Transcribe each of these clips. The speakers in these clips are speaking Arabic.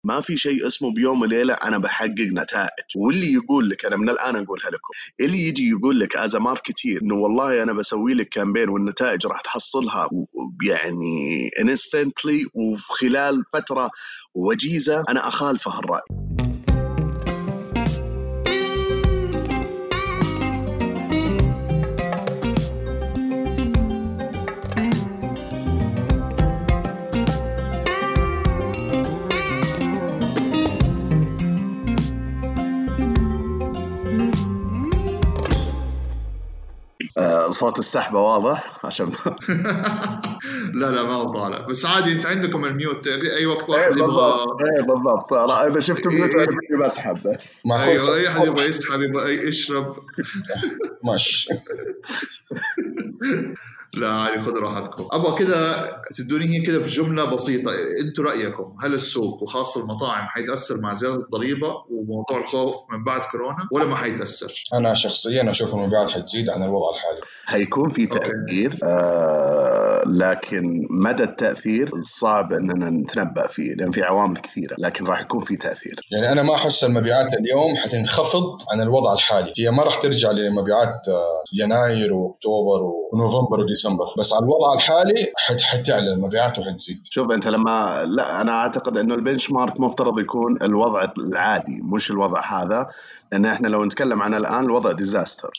ما في شيء اسمه بيوم وليلة أنا بحقق نتائج. واللي يقول لك، أنا من الآن أقولها لكم، اللي يجي يقول لك as a marketeer إنه والله أنا بسوي لك كامبين والنتائج راح تحصلها يعني instantly وفي خلال فترة وجيزة، أنا أخالفه الرأي. صوت السحبة واضح عشان لا ما هو طالع، بس عادي انت عندكم الميوت اي وقت واحد يبغى. بالضبط اذا شفت ميوت انا بسحب بس. ايوه اي حد يبغى يسحب يبغى يشرب ماشي. لا عادي خذ راحتكم. ابغى كده تدوني هي كده في جمله بسيطه، انتوا رايكم هل السوق وخاصه المطاعم حيتاثر مع زياده الضريبه وموضوع الخوف من بعد كورونا ولا ما حيتاثر؟ انا شخصيا اشوف المبيعات حتزيد عن الوضع الحالي. هيكون في تأثير لكن مدى التأثير صعب أننا نتنبأ فيه لأن في عوامل كثيرة، لكن راح يكون في تأثير. يعني أنا ما أحس المبيعات اليوم حتنخفض عن الوضع الحالي، هي ما راح ترجع لمبيعات يناير وأكتوبر ونوفمبر وديسمبر، بس على الوضع الحالي حتعلى المبيعات وحتزيد. شوف أنت لما لا أنا أعتقد أنه البنش مارك مفترض يكون الوضع العادي مش الوضع هذا، لأن إحنا لو نتكلم عن الآن الوضع ديزاستر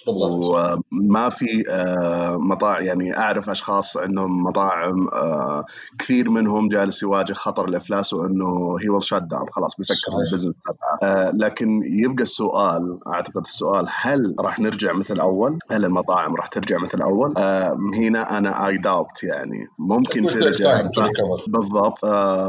وما في مطاعم. يعني أعرف أشخاص عندهم مطاعم كثير منهم جالس يواجه خطر الإفلاس وإنه he will shut down، خلاص بيسكر البزنس تبعه. لكن يبقى السؤال، أعتقد السؤال هل راح نرجع مثل أول؟ هل المطاعم راح ترجع مثل أول؟ هنا أنا I doubt، يعني ممكن ترجع بالضبط.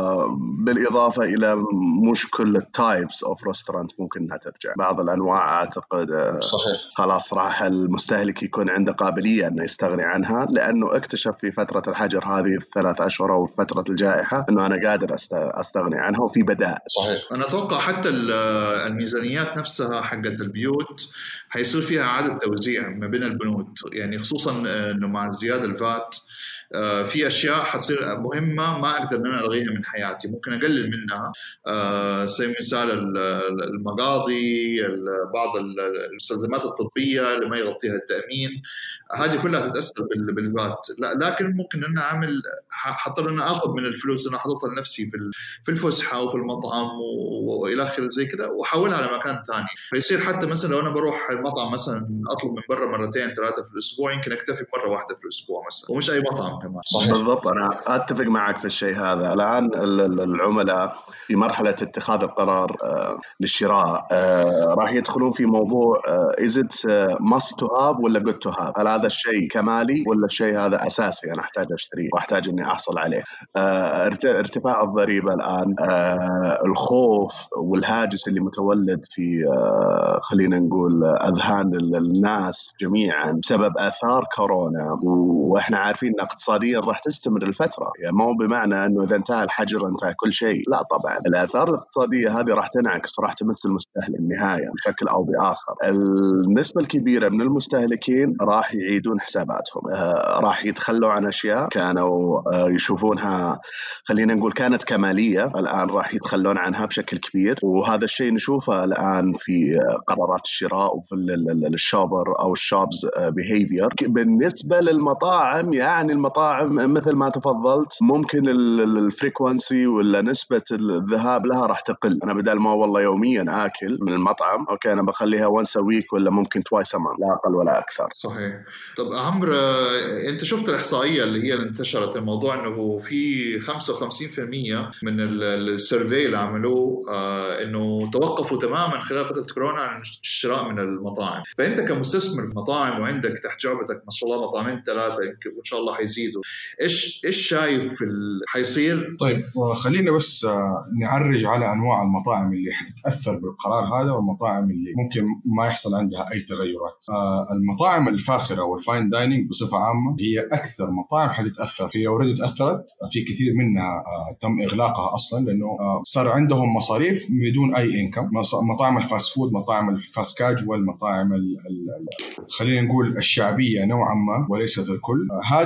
بالإضافة إلى مش كل التايبس أوف ريستورانت ممكن أنها ترجع، بعض الأنواع أعتقد صحيح. خلاص راح المستهلك يكون عنده قابلية أنه يستغني عنها، لأنه اكتشف في فترة الحجر هذه ال3 أشهر أو فترة الجائحة أنه أنا قادر أستغني عنها وفي بدائل. صحيح. أنا أتوقع حتى الميزانيات نفسها حقت البيوت هيصير فيها إعادة توزيع ما بين البنود، يعني خصوصا أنه مع زيادة الفات في أشياء حتصير مهمة ما أقدر أن أنا ألغيها من حياتي، ممكن أقلل منها. زي مثال المقاضي، بعض المستلزمات الطبية اللي ما يغطيها التأمين، هذه كلها تتأثر بالفات. لكن ممكن أن أعمل حضر أن أخذ من الفلوس أنا حضرتها لنفسي في الفسحة وفي المطعم وإلى آخره زي كده وحولها على مكان ثاني، فيصير حتى مثلا لو أنا بروح المطعم مثلا أطلب من برا 2-3 في الأسبوع، يمكن أكتفي مرة واحدة في الأسبوع مثلا، ومش أي مطعم. صحيح. بالضبط، أنا أتفق معك في الشيء هذا. الآن العملاء في مرحلة اتخاذ القرار للشراء راح يدخلون في موضوع is it must to have ولا good to have؟ هل هذا الشيء كمالي ولا الشيء هذا أساسي أنا أحتاج أشتريه وأحتاج إني أحصل عليه؟ ارتفاع الضريبة الآن، الخوف والهاجس اللي متولد في خلينا نقول أذهان الناس جميعا بسبب آثار كورونا، وإحنا عارفين أن اقتصاديا راح تستمر الفترة، يعني مو بمعنى أنه إذا انتهى الحجر انتهى كل شيء، لا طبعا الآثار الاقتصادية هذه راح تنعكس، راح تمس المستهلك النهاية بشكل أو بآخر. النسبة الكبيرة من المستهلكين راح يعيدون حساباتهم، راح يتخلوا عن أشياء كانوا يشوفونها خلينا نقول كانت كمالية، الآن راح يتخلون عنها بشكل كبير، وهذا الشيء نشوفه الآن في قرارات الشراء وفي الشوبر أو الشوبز بيهيفير. بالنسبة للمطاعم، يعني المطاعم مثل ما تفضلت ممكن الفريكوانسي ولا نسبة الذهاب لها راح تقل. أنا بدل ما والله يوميا آكل من المطعم، أوكي أنا بخليها once a week ولا ممكن twice a month، لا أقل ولا أكثر. صحيح. طب عمرو، أنت شفت الإحصائية اللي هي اللي انتشرت الموضوع أنه في 55% من السيرفي اللي عملوه أنه توقفوا تماما خلال فترة كورونا عن الشراء من المطاعم. فأنت كمستثمر في مطاعم وعندك تحت جعبتك ما شاء الله مطاعمين 3 وإن شاء الله حيزيدوا، إيش شايف حيصير؟ طيب خلينا بس نعرج على أنواع المطاعم اللي حتتأثر بالقرار هذا والمطاعم اللي ممكن ما يحصل عندها أي تغيرات. المطاعم الفاخرة والفاين دايننج بصفة عامة هي أكثر مطاعم حتتأثر، هي أوريدي تأثرت، في كثير منها تم إغلاقها أصلا لأنه صار عندهم مصاريف بدون أي إنكم. مطاعم الفاست فود، مطاعم الفاست كاجوال، مطاعم خلينا نقول الشعبية نوعا ما وليست الكل، هذه اللي كانت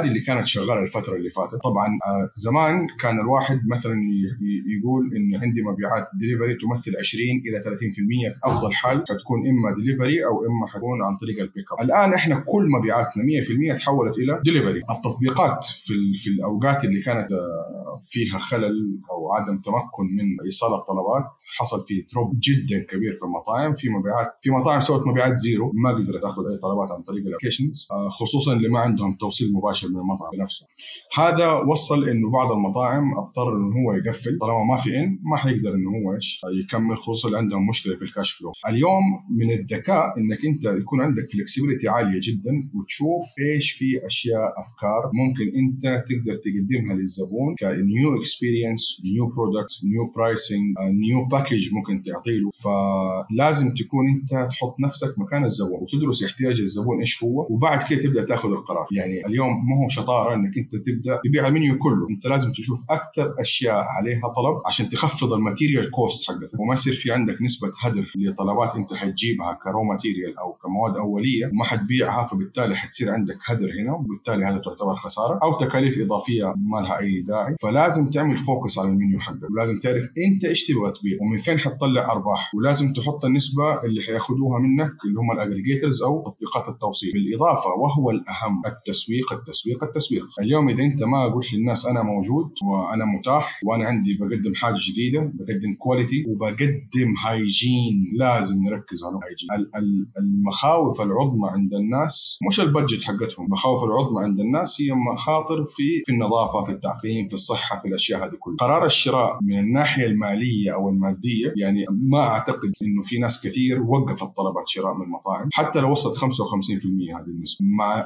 كانت شغالة الفترة اللي فاتت. طبعا زمان كان الواحد مثلا يقول إن عندي مبيعات ديليفري تمثل 20 إلى 30%، في أفضل حال حتكون إما ديليفري أو إما حتكون عن طريق البيك اب. الآن إحنا كل مبيعاتنا 100% تحولت إلى ديليفري. التطبيقات في الأوقات اللي كانت فيها خلل أو عدم تمكن من إيصال الطلبات حصل فيه دروب جدا كبير في المطاعم. في مطاعم سوت مبيعات زيرو، ما قدرت تاخذ أي طلبات عن طريق الابلكيشنز، خصوصا اللي ما عندهم توصيل مباشر من المطعم بنفسه. هذا وصل إنه بعض المطاعم اضطر إنه هو يقفل طالما ما في ما حيقدر إنه هو يكمل، خصوصا اللي عندهم مشكلة في الكاش فلو. اليوم من الذكاء إنك أنت يكون عندك فلكسبيليتي عالية جدا وتشوف إيش في أشياء أفكار ممكن أنت تقدر تقدمها للزبون كنيو اكسبيرينس، نيو برودكت، نيو برايسنج، نيو باكج ممكن تعطيله. فلازم تكون أنت تحط نفسك مكان الزبون وتدرس احتياج الزبون إيش هو، وبعد كده تبدأ تاخذ القرار. يعني اليوم ما هو شطارة إنك أنت تبدأ تبيع المنيو كله، أنت لازم تشوف أكثر أشياء عليها طلب عشان تخفض الماتيريال كوست حقتك، وما يصير في عندك نسبة هدر لطلبات أنت حتجيبها كرو ماتيريال أو كمواد أولية وما حتبيعها، فبالتالي حتصير عندك هدر هنا، وبالتالي هذا تعتبر خسارة أو تكاليف إضافية ما لها أي داعي. فلازم تعمل فوكس على المنيو حقك، ولازم تعرف أنت إيش تبغى تبيع ومن فين حتطلع أرباح، ولازم تحط النسبة اللي حياخدوها منك اللي هم الأجريجيترز أو تطبيقات التوصيل. بالإضافة وهو الأهم التسويق التسويق التسويق. اليوم إذا أنت ما قلت للناس أنا موجود وأنا متاح وأنا عندي بقدم حاجة جديدة، بقدم كواليتي وبقدم هايجين، لازم نركز على الهايجين. المخاوف العظمى عند الناس مش البادجت حقتهم، المخاوف العظمى عند الناس هي مخاطر في النظافة، في التعقيم، في الصحة، في الأشياء هذه كلها. قرار الشراء من الناحية المالية أو المادية، يعني ما أعتقد إنه في ناس كثير وقفت طلبات شراء من المطاعم حتى لو وصلت 55% هذه النسبة، مع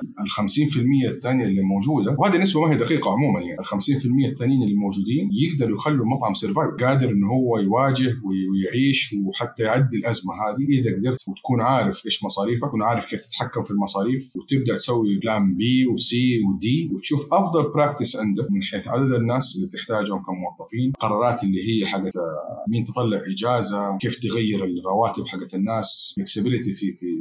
50% الثانية اللي موجودة، وهذه النسبة ما هي دقيقة عموما. يعني 50% الثانيين اللي موجودين يقدروا يخلوا المطعم سيرفايف، قادر إنه هو يواجه ويعيش وحتى يعدي الأزمة هذه إذا قدرت وتكون عارف إيش مصاريفك، تكون عارف كيف تتحكم في المصاريف، وتبدأ تسوي بلان بي وسي ودي، وتشوف أفضل براكتس عندك من حيث عدد الناس اللي تحتاجهم كموظفين، قرارات اللي هي حقت مين تطلع إجازة، كيف تغير الرواتب حقت الناس، فلكسبيليتي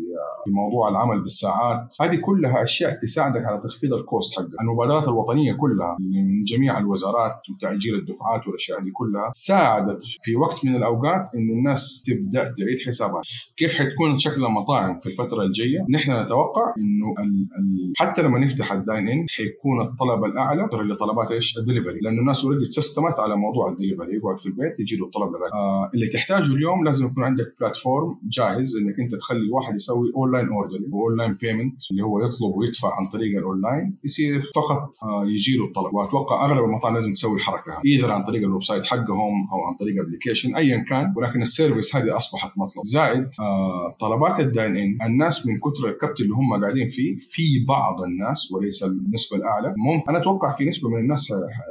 في موضوع العمل بالساعات. هذه كلها أشياء تساعدك على تخفيض الكوست حقك. المبادرات الوطنية كلها من جميع الوزارات وتأجيل الدفعات والأشياء دي كلها ساعدت في وقت من الأوقات إنه الناس تبدأ تعيد حسابات. كيف حتكون شكل المطاعم في الفترة الجاية؟ نحن نتوقع إنه حتى لما نفتح الداين إن حيكون الطلب الأعلى لطلبات إيش؟ الدليفري، لأنه الناس وريدي سيستمت على موضوع الدليفري، يقعد في البيت يجي له الطلب لغاية اللي تحتاجه اليوم. لازم يكون عندك بلاتفورم جاهز إنك أنت تخلي الواحد يسوي أونلاين أوردرينج وأونلاين بيمنت، اللي هو يطلب ويدفع عن طريق الأونلاين، يصير فقط يجي له الطلب. وأتوقع أغلب المطاعم لازم تسوي الحركة إذا عن طريق الويب سايت حقهم أو عن طريق أبليكيشن أيا كان، ولكن السيرفيس هذه أصبحت مطلب. زائد طلبات الداين إن، الناس من كتر الكبت اللي هم قاعدين فيه، في بعض الناس وليس النسبة الأعلى، أنا أتوقع في نسبة من الناس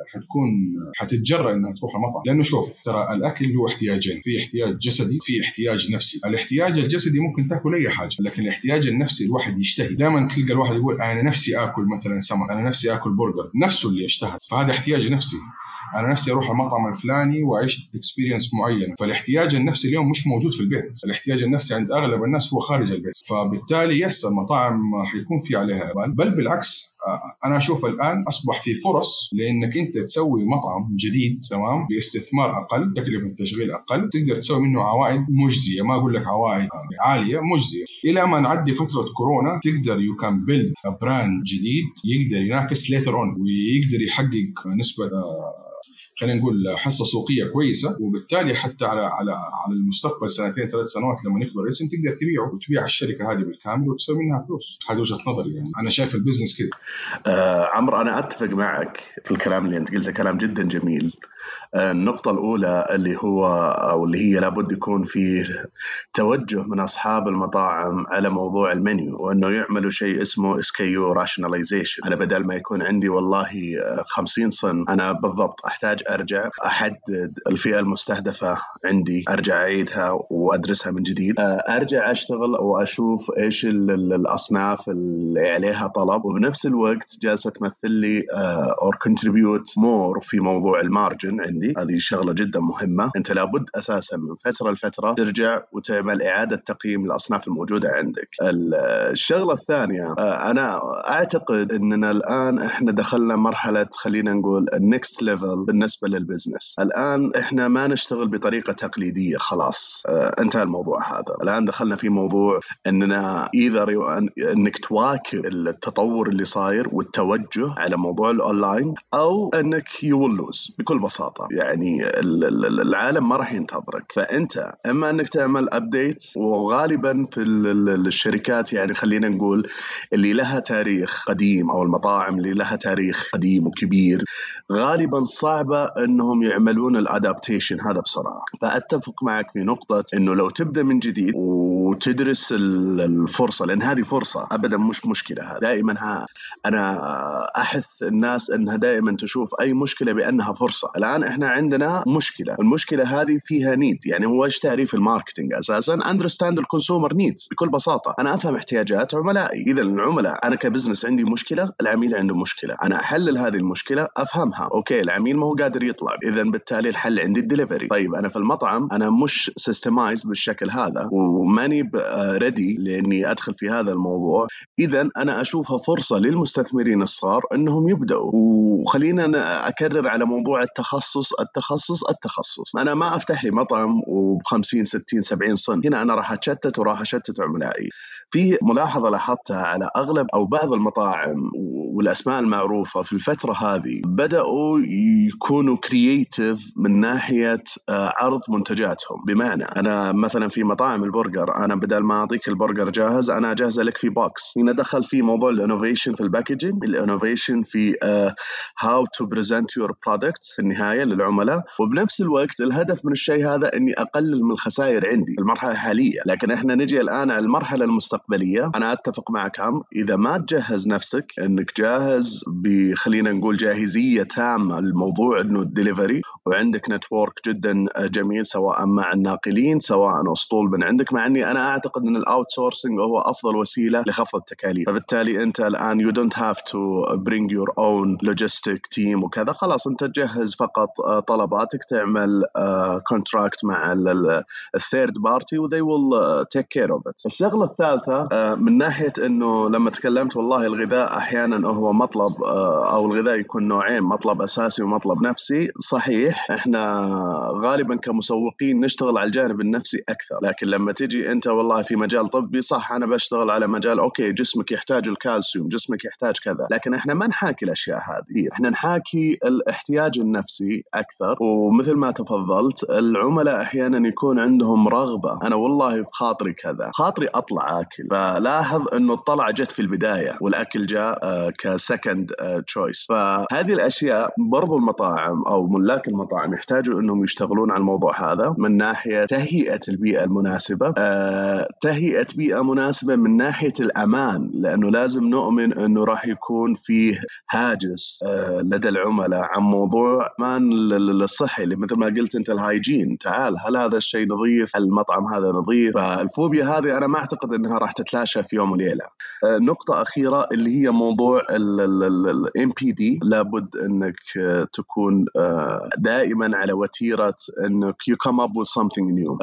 حتتجرأ إنها تروح المطعم. لأنه شوف، ترى الأكل له احتياجين، في احتياج جسدي، في احتياج نفسي. الاحتياج الجسدي ممكن تاكل أي حاجة، لكن الاحتياج النفسي الواحد يشتهي. دائما تلقى الواحد يقول أنا نفسي آكل مثلا سمك، أنا نفسي آكل برجر، نفسه اللي يشتهي، فهذا احتياج نفسي. أنا نفسي أروح المطعم الفلاني وأعيش إكسبيرينس معينة. فالاحتياج النفسي اليوم مش موجود في البيت، الاحتياج النفسي عند أغلب الناس هو خارج البيت. فبالتالي المطاعم حيكون في عليها إقبال، بل بالعكس. أنا أشوف الآن أصبح في فرص لأنك أنت تسوي مطعم جديد تمام باستثمار أقل، تكلفة التشغيل أقل، تقدر تسوي منه عوائد مجزية. ما أقول لك عوائد عالية، مجزية. إلى ما نعدي فترة كورونا تقدر you can build a brand جديد يقدر ينافس later on ويقدر يحقق نسبة خلينا نقول حصة سوقية كويسة، وبالتالي حتى على المستقبل 2-3 سنوات لما نكبر الاسم تقدر تبيعه وتبيع الشركة هذه بالكامل وتسوي منها فلوس. هذه وجهة نظري، يعني أنا شايف البزنس كده. عمرو، أنا أتفق معك في الكلام اللي أنت قلته، كلام جدا جميل. النقطة الأولى اللي هي لابد يكون فيه توجه من أصحاب المطاعم على موضوع المنيو، وأنه يعملوا شيء اسمه SKU rationalization. أنا بدل ما يكون عندي والله 50 صنف، أنا بالضبط أحتاج أرجع أحدد الفئة المستهدفة عندي، أرجع أعيدها وأدرسها من جديد، أرجع أشتغل وأشوف إيش الأصناف اللي عليها طلب، وبنفس الوقت جالسة تمثل لي or contribute more في موضوع المارجن من عندي. هذه شغلة جدا مهمة. أنت لابد أساسا من فترة لفترة ترجع وتعمل إعادة تقييم الأصناف الموجودة عندك. الشغلة الثانية، أنا أعتقد أننا الآن إحنا دخلنا مرحلة، خلينا نقول النكست ليفل بالنسبة للبزنس. الآن إحنا ما نشتغل بطريقة تقليدية، خلاص انتهى الموضوع هذا. الآن دخلنا في موضوع أننا أنك تواكب التطور اللي صاير والتوجه على موضوع الأونلاين، أو أنك you will lose بكل بساطة. يعني العالم ما راح ينتظرك، فأنت إما أنك تعمل أبديت. وغالبا في الشركات، يعني خلينا نقول اللي لها تاريخ قديم أو المطاعم اللي لها تاريخ قديم وكبير، غالبا صعبة أنهم يعملون الأدابتيشن هذا بسرعة. فأتفق معك في نقطة أنه لو تبدأ من جديد وتدرس الفرصة، لأن هذه فرصة أبدا مش مشكلة. دائما أنا أحث الناس أنها دائما تشوف أي مشكلة بأنها فرصة. الآن إحنا عندنا مشكلة، المشكلة هذه فيها نيد. يعني هو إيش تعريف الماركتينج أساسا؟ understand the consumer needs بكل بساطة. أنا أفهم احتياجات عملائي. إذا العملاء، أنا كبزنس عندي مشكلة، العميل عنده مشكلة، أنا أحلل هذه المشكلة، أفهمها. أوكي، العميل ما هو قادر يطلع، إذا بالتالي الحل عندي الدليفري. طيب أنا في المطعم أنا مش سيستمايز بالشكل هذا وماني ريدي لأني أدخل في هذا الموضوع. إذا أنا أشوفها فرصة للمستثمرين الصغار أنهم يبدأوا. وخلينا أكرر على موضوع التخصص. أنا ما أفتح لي مطعم وب50 60 70 صنف. هنا أنا راح أتشتت وراح أشتت عملائي. في ملاحظة لاحظتها على أغلب أو بعض المطاعم والأسماء المعروفة في الفترة هذه، بدأوا يكونوا كرييتيف من ناحية عرض منتجاتهم. بمعنى أنا مثلا في مطاعم البرجر، أنا بدل ما أعطيك البرجر جاهز، أنا أجهز لك في بوكس. هنا دخل في موضوع الانوفيشن في الباكجينج، الانوفيشن في how to present your product في النهاية للعملاء. وبنفس الوقت الهدف من الشيء هذا أني أقلل من الخسائر عندي في المرحلة الحالية. لكن إحنا نجي الآن على المرحلة المستقبلية. أنا أتفق معك عمرو، إذا ما تجهز نفسك أنك جاهز خلينا نقول جاهزية تامة للموضوع أنه الدليفري، وعندك نتورك جدا جميل سواء مع الناقلين سواء أسطول من عندك، مع أني أنا أعتقد أن الأوتسورسنج هو أفضل وسيلة لخفض التكاليف. فبالتالي أنت الآن you don't have to bring your own logistic team وكذا. خلاص أنت تجهز فقط طلباتك، تعمل contract مع الثيرد بارتي و they will take care of it. الشغلة الثالثة من ناحية أنه لما تكلمت والله الغذاء أحيانا هو مطلب أو الغذاء يكون نوعين، مطلب أساسي ومطلب نفسي. صحيح إحنا غالبا كمسوقين نشتغل على الجانب النفسي أكثر، لكن لما تجي أنت والله في مجال طبي، صح أنا بشتغل على مجال أوكي جسمك يحتاج الكالسيوم، جسمك يحتاج كذا، لكن إحنا ما نحاكي الأشياء هذه، إحنا نحاكي الاحتياج النفسي أكثر. ومثل ما تفضلت العملاء أحيانا يكون عندهم رغبة، أنا والله في خاطري كذا، خاطري أطلع أكل، فلاحظ أنه الطلعة جت في البداية والأكل جاء كسكند تشويس. فهذه الأشياء برضو المطاعم أو ملاك المطاعم يحتاجوا أنهم يشتغلون على الموضوع هذا من ناحية تهيئة البيئة المناسبة، تهيئة بيئة مناسبة من ناحية الأمان، لأنه لازم نؤمن أنه راح يكون فيه هاجس لدى العملاء عن موضوع أمان الصحي، اللي مثل ما قلت أنت الهايجين. تعال، هل هذا الشيء نظيف؟ هل المطعم هذا نظيف؟ فالفوبيا هذه أنا ما أعتقد أنها راح تتلاشى في يوم وليلة. نقطة أخيرة اللي هي موضوع ال MPD، لابد أنك تكون دائما على وتيرة أنك you come up with something new.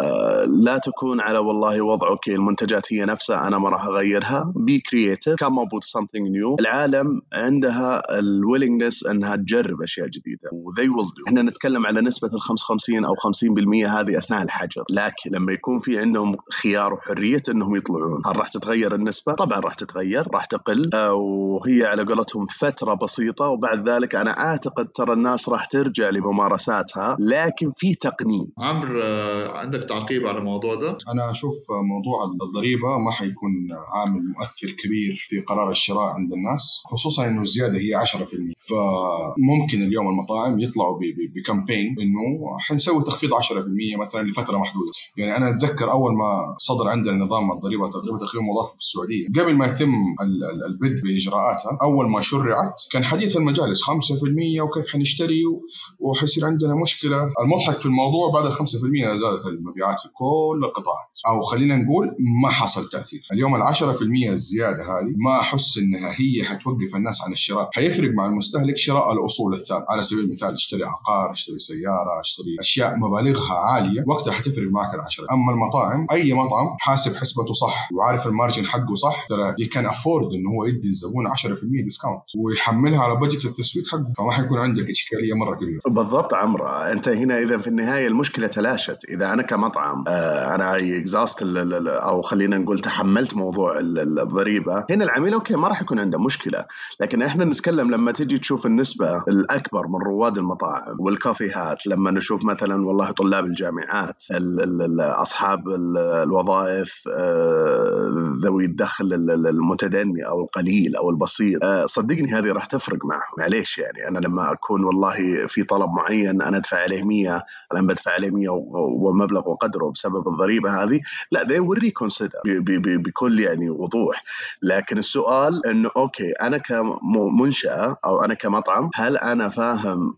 لا تكون على والله وضع أوكي المنتجات هي نفسها أنا ما راح أغيرها. be creative, come up with something new. العالم عندها willingness أنها تجرب أشياء جديدة و they will do. إحنا نتكلم على نسبة 55 أو 50% هذه أثناء الحجر، لكن لما يكون في عندهم خيار وحرية أنهم يطلعون، هل راح تتغير النسبة؟ طبعا راح تتغير، راح تقل، وهي على قولتهم فترة بسيطة، وبعد ذلك أنا أعتقد ترى الناس راح ترجع لممارساتها، لكن في تقنين. عمرو، عندك تعقيب على الموضوع ده؟ أنا أشوف موضوع الضريبة ما حيكون عامل مؤثر كبير في قرار الشراء عند الناس، خصوصا إنه الزيادة هي 10%. فممكن اليوم المطاعم يطلعوا بكامبين إنه حنسوي تخفيض 10% مثلا لفترة محدودة. يعني أنا أتذكر أول ما صدر عندنا نظام الضريبة تخفيض مضاعف في السعودية، قبل ما يتم البدء بإجراءاتها، أول ما شرعت كان حديث المجالس 5% وكيف حنشتري وحيصير عندنا مشكلة. المضحك في الموضوع بعد 5% زادت المبيعات في كل القطاعات. أو خلينا نقول ما حصل تأثير. اليوم 10% الزيادة هذه ما أحس إنها هي حتوقف الناس عن الشراء. حيفرق مع المستهلك شراء الأصول الثابتة، على سبيل المثال اشتري عقار، اشتري سيارة، اشتري أشياء مبالغها عالية، وقتها حتفرق معك 10. أما المطاعم، أي مطعم حاسب حسبته صح وعارف المارجن حقه صح، ترى دي كان أفورد إنه هو يدي الزبون 10% ديسكاونت ويحملها على بجت التسويق حقه، فما حيكون عندك إشكالية مرة كبيرة. بالضبط عمرو، أنت هنا إذا في النهاية المشكلة تلاشت. إذا أنا كمطعم أنا إكزاست أو خلينا نقول تحملت موضوع الضريبة، هنا العميل أوكي ما راح يكون عنده مشكلة. لكن إحنا نتكلم لما تجي تشوف النسبة الأكبر من رواد المطاعم والكافيهات، لما نشوف مثلا والله طلاب الجامعات، أصحاب الوظائف ذوي الدخل المتدني أو القليل أو البسيط، صدقني هذه راح تفرق معهم. معليش يعني أنا لما أكون والله في طلب معين أنا أدفع عليه 100، أنا بدفع عليه 100 ومبلغ وقدره بسبب الضريبة هذه، لا they will reconsider بكل يعني وضوح. لكن السؤال إنه أوكي أنا كمنشأة أو أنا كمطعم، هل أنا فاهم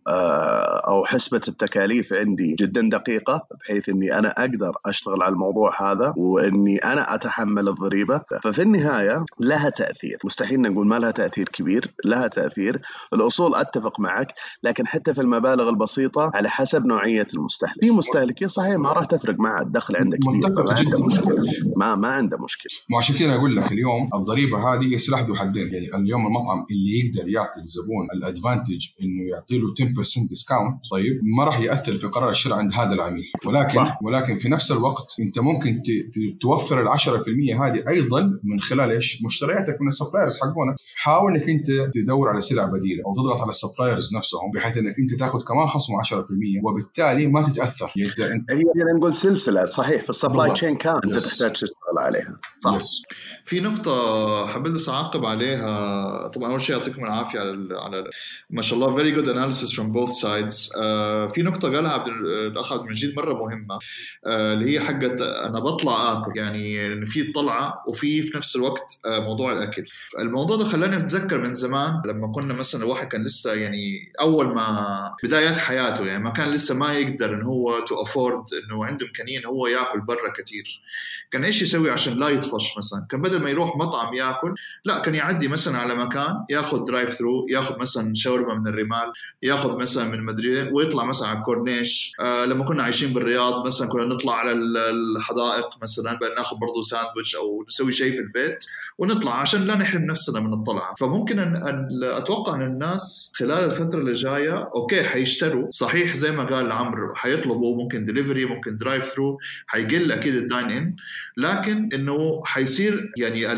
أو حسبة التكاليف عندي جدا دقيقة بحيث إني أنا أقدر أشتغل على الموضوع هذا وإني أنا أتحمل الضريبة؟ ففي النهاية لها تأثير، مستحيل نقول ما لها تأثير كبير، لها تأثير. الأصول أتفق معك، لكن حتى في المبالغ البسيطة على حسب نوعية المستهلك. في مستهلك صحيح ما راح تفرق معه الدخل عندك كبير، ما عنده مشكلة، ما عنده مشكلة. وعشان كده أقول لك اليوم الضريبة هذه سلاح ذو حدين. يعني اليوم المطعم اللي يقدر يعطي الزبون الادفانتج إنه يعطي له 10% ديسكاونت، طيب ما راح يأثر في قرار الشراء عند هذا العميل. ولكن في نفس الوقت أنت ممكن توفر 10% هذه أيضا من خلال إيش؟ مشترياتك من السبلايرز حقونك. حاول إنك أنت تدور على سلع بديلة أو تضغط على السبلايرز نفسهم بحيث إنك أنت تاخذ كمان خصم 10%، وبالتالي ما تتأثر. هي نقول سلسلة صحيح في السبلاي تشين كان أنت تحتاج تشتغل عليها. صح. في نقطة حبيت بس أعقب عليها. طبعا أول شيء يعطيكم العافية على ما شاء الله very good analysis from both sides. في نقطة قالها الأخ عبد المجيد مرة مهمة، اللي هي حقت أنا بطلع آكل، يعني في طلعة وفي نفس الوقت موضوع الأكل. الموضوع ده خلاني أتذكر من زمان لما كنا مثلا الواحد كان لسه يعني أول ما بدايات حياته، يعني ما كان لسه ما يقدر إن هو to afford إنه عنده إمكانية إن هو يأكل برا كتير. كان إيش يسوي عشان لا يطفش؟ مثلا كان بدل ما يروح مطعم يأكل، لا كان يعدي مثلا على مكان ياخذ درايف ثرو، ياخذ مثلا شاورما من الرمال، ياخذ مثلا من مدري ويطلع مثلا على الكورنيش. لما كنا عايشين بالرياض مثلا كنا نطلع على الحدائق مثلا ناخذ برضو ساندويتش او نسوي شيء في البيت ونطلع عشان لا نحرم نفسنا من الطلعه. فممكن أن اتوقع ان الناس خلال الفتره اللي جايه اوكي حيشتروا صحيح زي ما قال عمرو، حيطلبوا ممكن دليفري، ممكن درايف ثرو، حيقل اكيد الداين ان، لكن انه حيصير يعني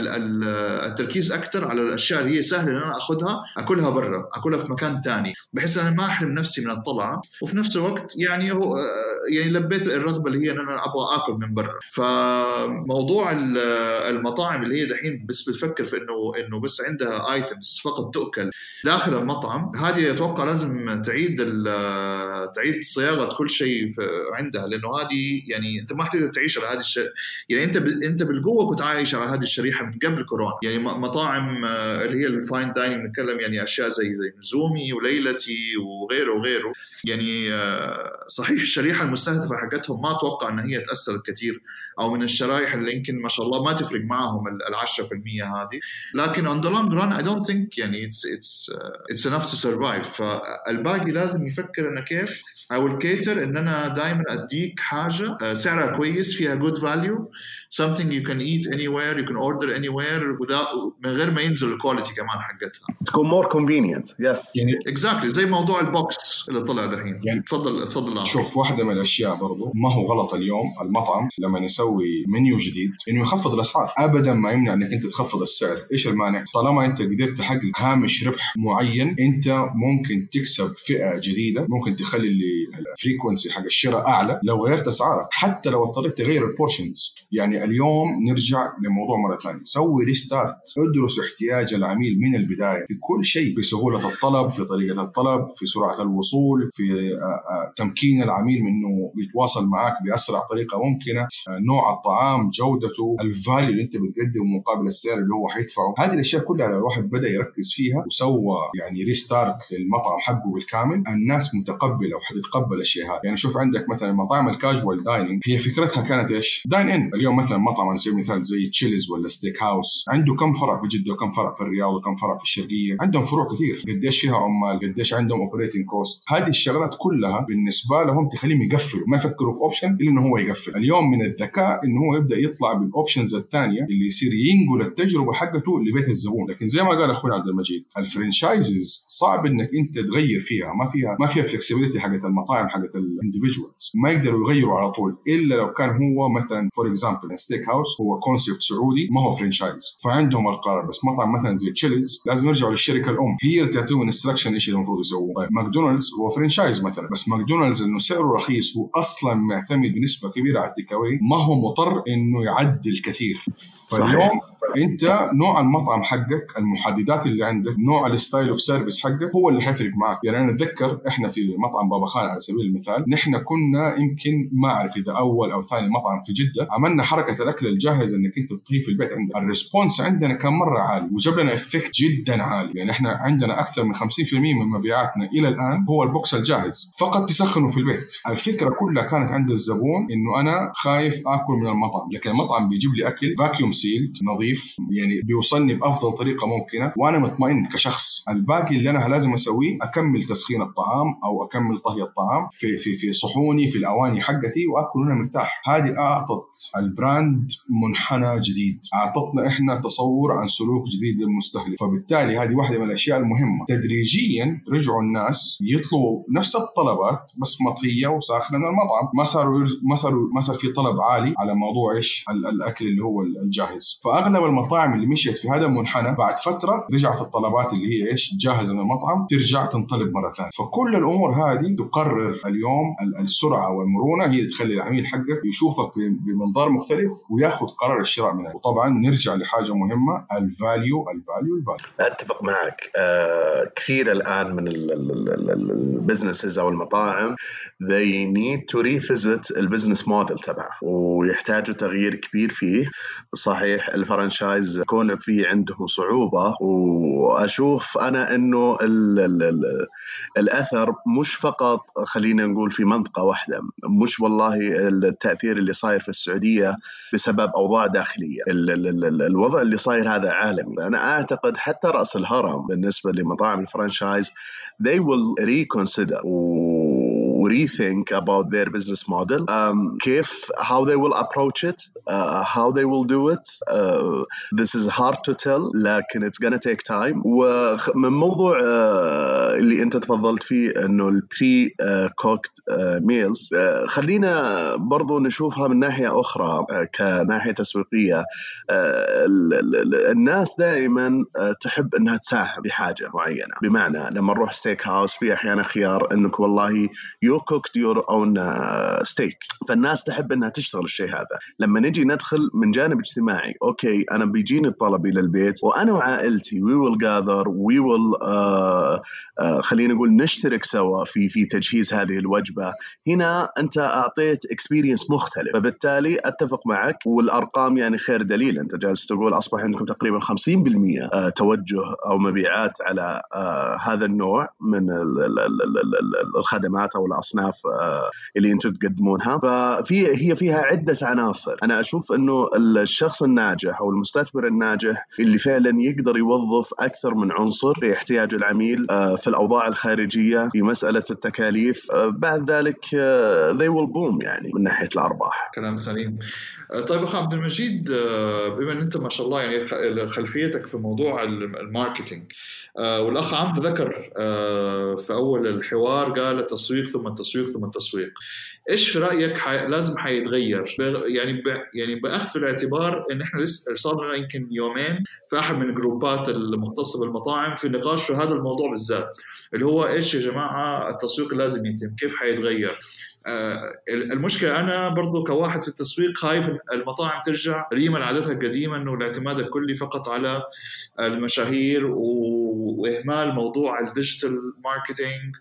التركيز اكثر على الاشياء اللي هي سهل ان انا اكلها برا، اكلها في مكان تاني، بحيث انا ما احرم نفسي من الطلعه، وفي نفس الوقت يعني هو يعني لبيت الرغبه اللي هي ان انا ابغى اكل من برا. فموضوع المطاعم اللي هي دحين بس بتفكر في انه بس عندها ايتمز فقط تؤكل داخل المطعم، هذه اتوقع لازم تعيد صياغه كل شيء عندها، لانه هذه يعني انت ما حتقدر تعيش على هذه يعني انت بالقوه كنت عايش على هذه الشريحه من قبل كورونا. يعني مطاعم اللي هي الفاين دايننج نتكلم يعني اشياء زي نزومي وليلتي وغيره يعني صحيح الشريحه المستهدفه حقتهم ما اتوقع ان هي تاثرت كثير، او من الشرائح اللي يمكن ما شاء الله ما تفرق معهم 10% هذه، لكن on the long run I don't think يعني it's enough to survive. فالباقي لازم يفكر انه كيف I will cater ان انا دائما اديك حاجه سعرها كويس فيها good value, something you can eat anywhere, you can order anywhere من غير ما ينزل الكواليتي كمان حقتها، تكون more convenient. yes يعني exactly زي موضوع البوكس اللي طلع دحين. يعني تفضل شوف واحدة من الاشياء برضو ما هو غلط اليوم المطعم لما يسوي منيو جديد انه يخفض الاسعار، ابدا ما يمنع انك انت تخفض السعر. ايش المانع؟ طالما انت قدرت تحقق هامش ربح معين، انت ممكن تكسب فئة جديدة، ممكن تخلي الفريكونسي حق الشراء اعلى لو غيرت اسعارك، حتى لو اضطريت تغير البورشنز. يعني اليوم ارجع لموضوع مرة ثانية، سوي ريستارت، ادرس احتياج العميل من البداية في كل شيء، في سهولة الطلب، في طريقة الطلب، في سرعة الوصول، في تمكين العميل من انه يتواصل معك بأسرع طريقة ممكنة، نوع الطعام، جودته، الفاليو اللي انت بتقدمه مقابل السعر اللي هو حيدفعه. هذه الاشياء كلها لو الواحد بدأ يركز فيها وسوى يعني ريستارت للمطعم حقه بالكامل، الناس متقبلة وحتتقبل الشيء هذا. يعني شوف عندك مثلا مطاعم الكاجوال دايننج، هي فكرتها كانت ايش؟ داين ان. اليوم مثلا مطعم على سبيل المثال زي تشيلز ولا ستيك هاوس، عنده كم فرع في جدة وكم فرع في الرياض وكم فرع في الشرقية، عندهم فروع كثير، قديش فيها عمال، قديش عندهم اوبريتنج كوست. هذه الشغلات كلها بالنسبة لهم تخليهم يقفلوا، ما يفكروا في اوبشن الا انه هو يقفل. اليوم من الذكاء انه هو يبدا يطلع بالاوبشنز الثانيه اللي يصير ينقل التجربه حقته لبيت الزبون. لكن زي ما قال اخونا عبد المجيد، الفرنشايزز صعب انك انت تغير فيها، ما فيها فلكسبيليتي حقت المطاعم حقت الانديفيدوالز، ما يقدروا يغيروا على طول الا لو كان هو مثلا فور اكزامبل ستيك هاوس هو كونسبت سعودي ما هو فرنشايز، فعندهم القرار. بس مطعم مثلا زي تشيلز لازم يرجعوا للشركه الام، هي اللي تعطيهم انستراكشن ايش اللي المفروض يسووه. طيب ماكدونالدز هو فرنشايز مثلا، بس ماكدونالدز انه سعره رخيص واصلا معتمد بنسبه كبيره على التيك أواي، ما هو مضطر انه يعدل كثير. فاليوم انت نوع المطعم حقك، المحددات اللي عندك، نوع الستايل اوف سيرفيس حقك هو اللي حيفرق معك. يعني انا اتذكر احنا في مطعم بابا خان على سبيل المثال، نحن كنا يمكن ما اعرف اذا اول او ثاني مطعم في جده عملنا حركه الاكل الجاهز انك انت تطهيه في البيت عندك. الريسبونس عندنا كان مره عالي وجاب لنا افكت جدا عالي. يعني احنا عندنا اكثر من 50% من مبيعاتنا الى الان هو البوكس الجاهز، فقط تسخنه في البيت. الفكره كلها كانت عند الزبون انه انا خايف اكل من المطعم، لكن المطعم بيجيب لي اكل فاكيوم سيلد نظيف، يعني بيوصلني بافضل طريقه ممكنه وانا مطمئن كشخص. الباقي اللي انا لازم اسويه اكمل تسخين الطعام او اكمل طهي الطعام في صحوني في الاواني حقتي واكل هنا مرتاح. هذه اعطت البراند منحنى جديد، اعطتنا احنا تصور عن سلوك جديد للمستهلك. فبالتالي هذه واحده من الاشياء المهمه. تدريجيا رجعوا الناس يطلبوا نفس الطلبات بس مطهيه وساخنه من المطعم. ما صار في طلب عالي على موضوع ايش الاكل اللي هو الجاهز. فاغلب المطاعم اللي مشيت في هذا المنحنى بعد فتره رجعت الطلبات اللي هي ايش جاهزه من المطعم ترجع تنطلب مره ثانيه. فكل الامور هذه تقرر اليوم السرعه والمرونه هي تخلي العميل حقك يشوفك بمنظار مختلف وياخذ قرار الشراء منك. وطبعا نرجع لحاجه مهمه، الفاليو. اتفق معك. كثير الان من البزنسز او المطاعم they need to revisit البزنس موديل تبعه ويحتاجوا تغيير كبير فيه. صحيح الفرنشايز يكون فيه عندهم صعوبة، وأشوف أنا أنه الأثر مش فقط خلينا نقول في منطقة واحدة، مش والله التأثير اللي صاير في السعودية بسبب أوضاع داخلية. الوضع اللي صاير هذا عالمي. أنا أعتقد حتى رأس الهرم بالنسبة لمطاعم الفرنشايز they will reconsider rethink about their business model, how they will approach it, how they will do it. This is hard to tell, لكن it's gonna take time. ومن موضوع اللي أنت تفضلت فيه إنه البري cooked meals، خلينا برضو نشوفها من ناحية أخرى كناحية تسويقية. الناس دائما تحب إنها تساهم بحاجة معينة، بمعنى لما نروح ستيك هاوس في أحيانا خيار إنك والله you cooked your own steak، فالناس تحب أنها تشتغل الشيء هذا. لما نجي ندخل من جانب اجتماعي، أوكي أنا بيجيني الطلب إلى البيت وأنا وعائلتي we will gather we will خلينا نقول نشترك سوا في تجهيز هذه الوجبة. هنا أنت أعطيت experience مختلف، فبالتالي أتفق معك. والأرقام يعني خير دليل، أنت جالس تقول أصبح عندكم تقريبا 50% توجه أو مبيعات على هذا النوع من الخدمات أو الأصناف اللي أنتم تقدمونها. هي فيها عدة عناصر. أنا أشوف أنه الشخص الناجح أو المستثمر الناجح اللي فعلا يقدر يوظف أكثر من عنصر في احتياج العميل في الأوضاع الخارجية، في مسألة التكاليف، بعد ذلك they will boom يعني من ناحية الأرباح. كلام سليم. طيب أخ عبد المجيد، بما أن أنت ما شاء الله يعني خلفيتك في موضوع الماركتينج، والأخ عمرو ذكر في أول الحوار قال التسويق ثم التسويق ثم التسويق، إيش في رأيك لازم حيتغير؟ يعني بأخذ في الاعتبار إن إحنا لسه صارنا يمكن يومين في أحد من الجروبات المختصة بالمطاعم في نقاش في هذا الموضوع بالذات، اللي هو إيش يا جماعة التسويق لازم يتم، كيف حيتغير؟ المشكلة أنا برضو كواحد في التسويق خايف المطاعم ترجع ريما لعادتها القديمة أنه الاعتماد الكلي فقط على المشاهير وإهمال موضوع الديجيتال ماركتينج،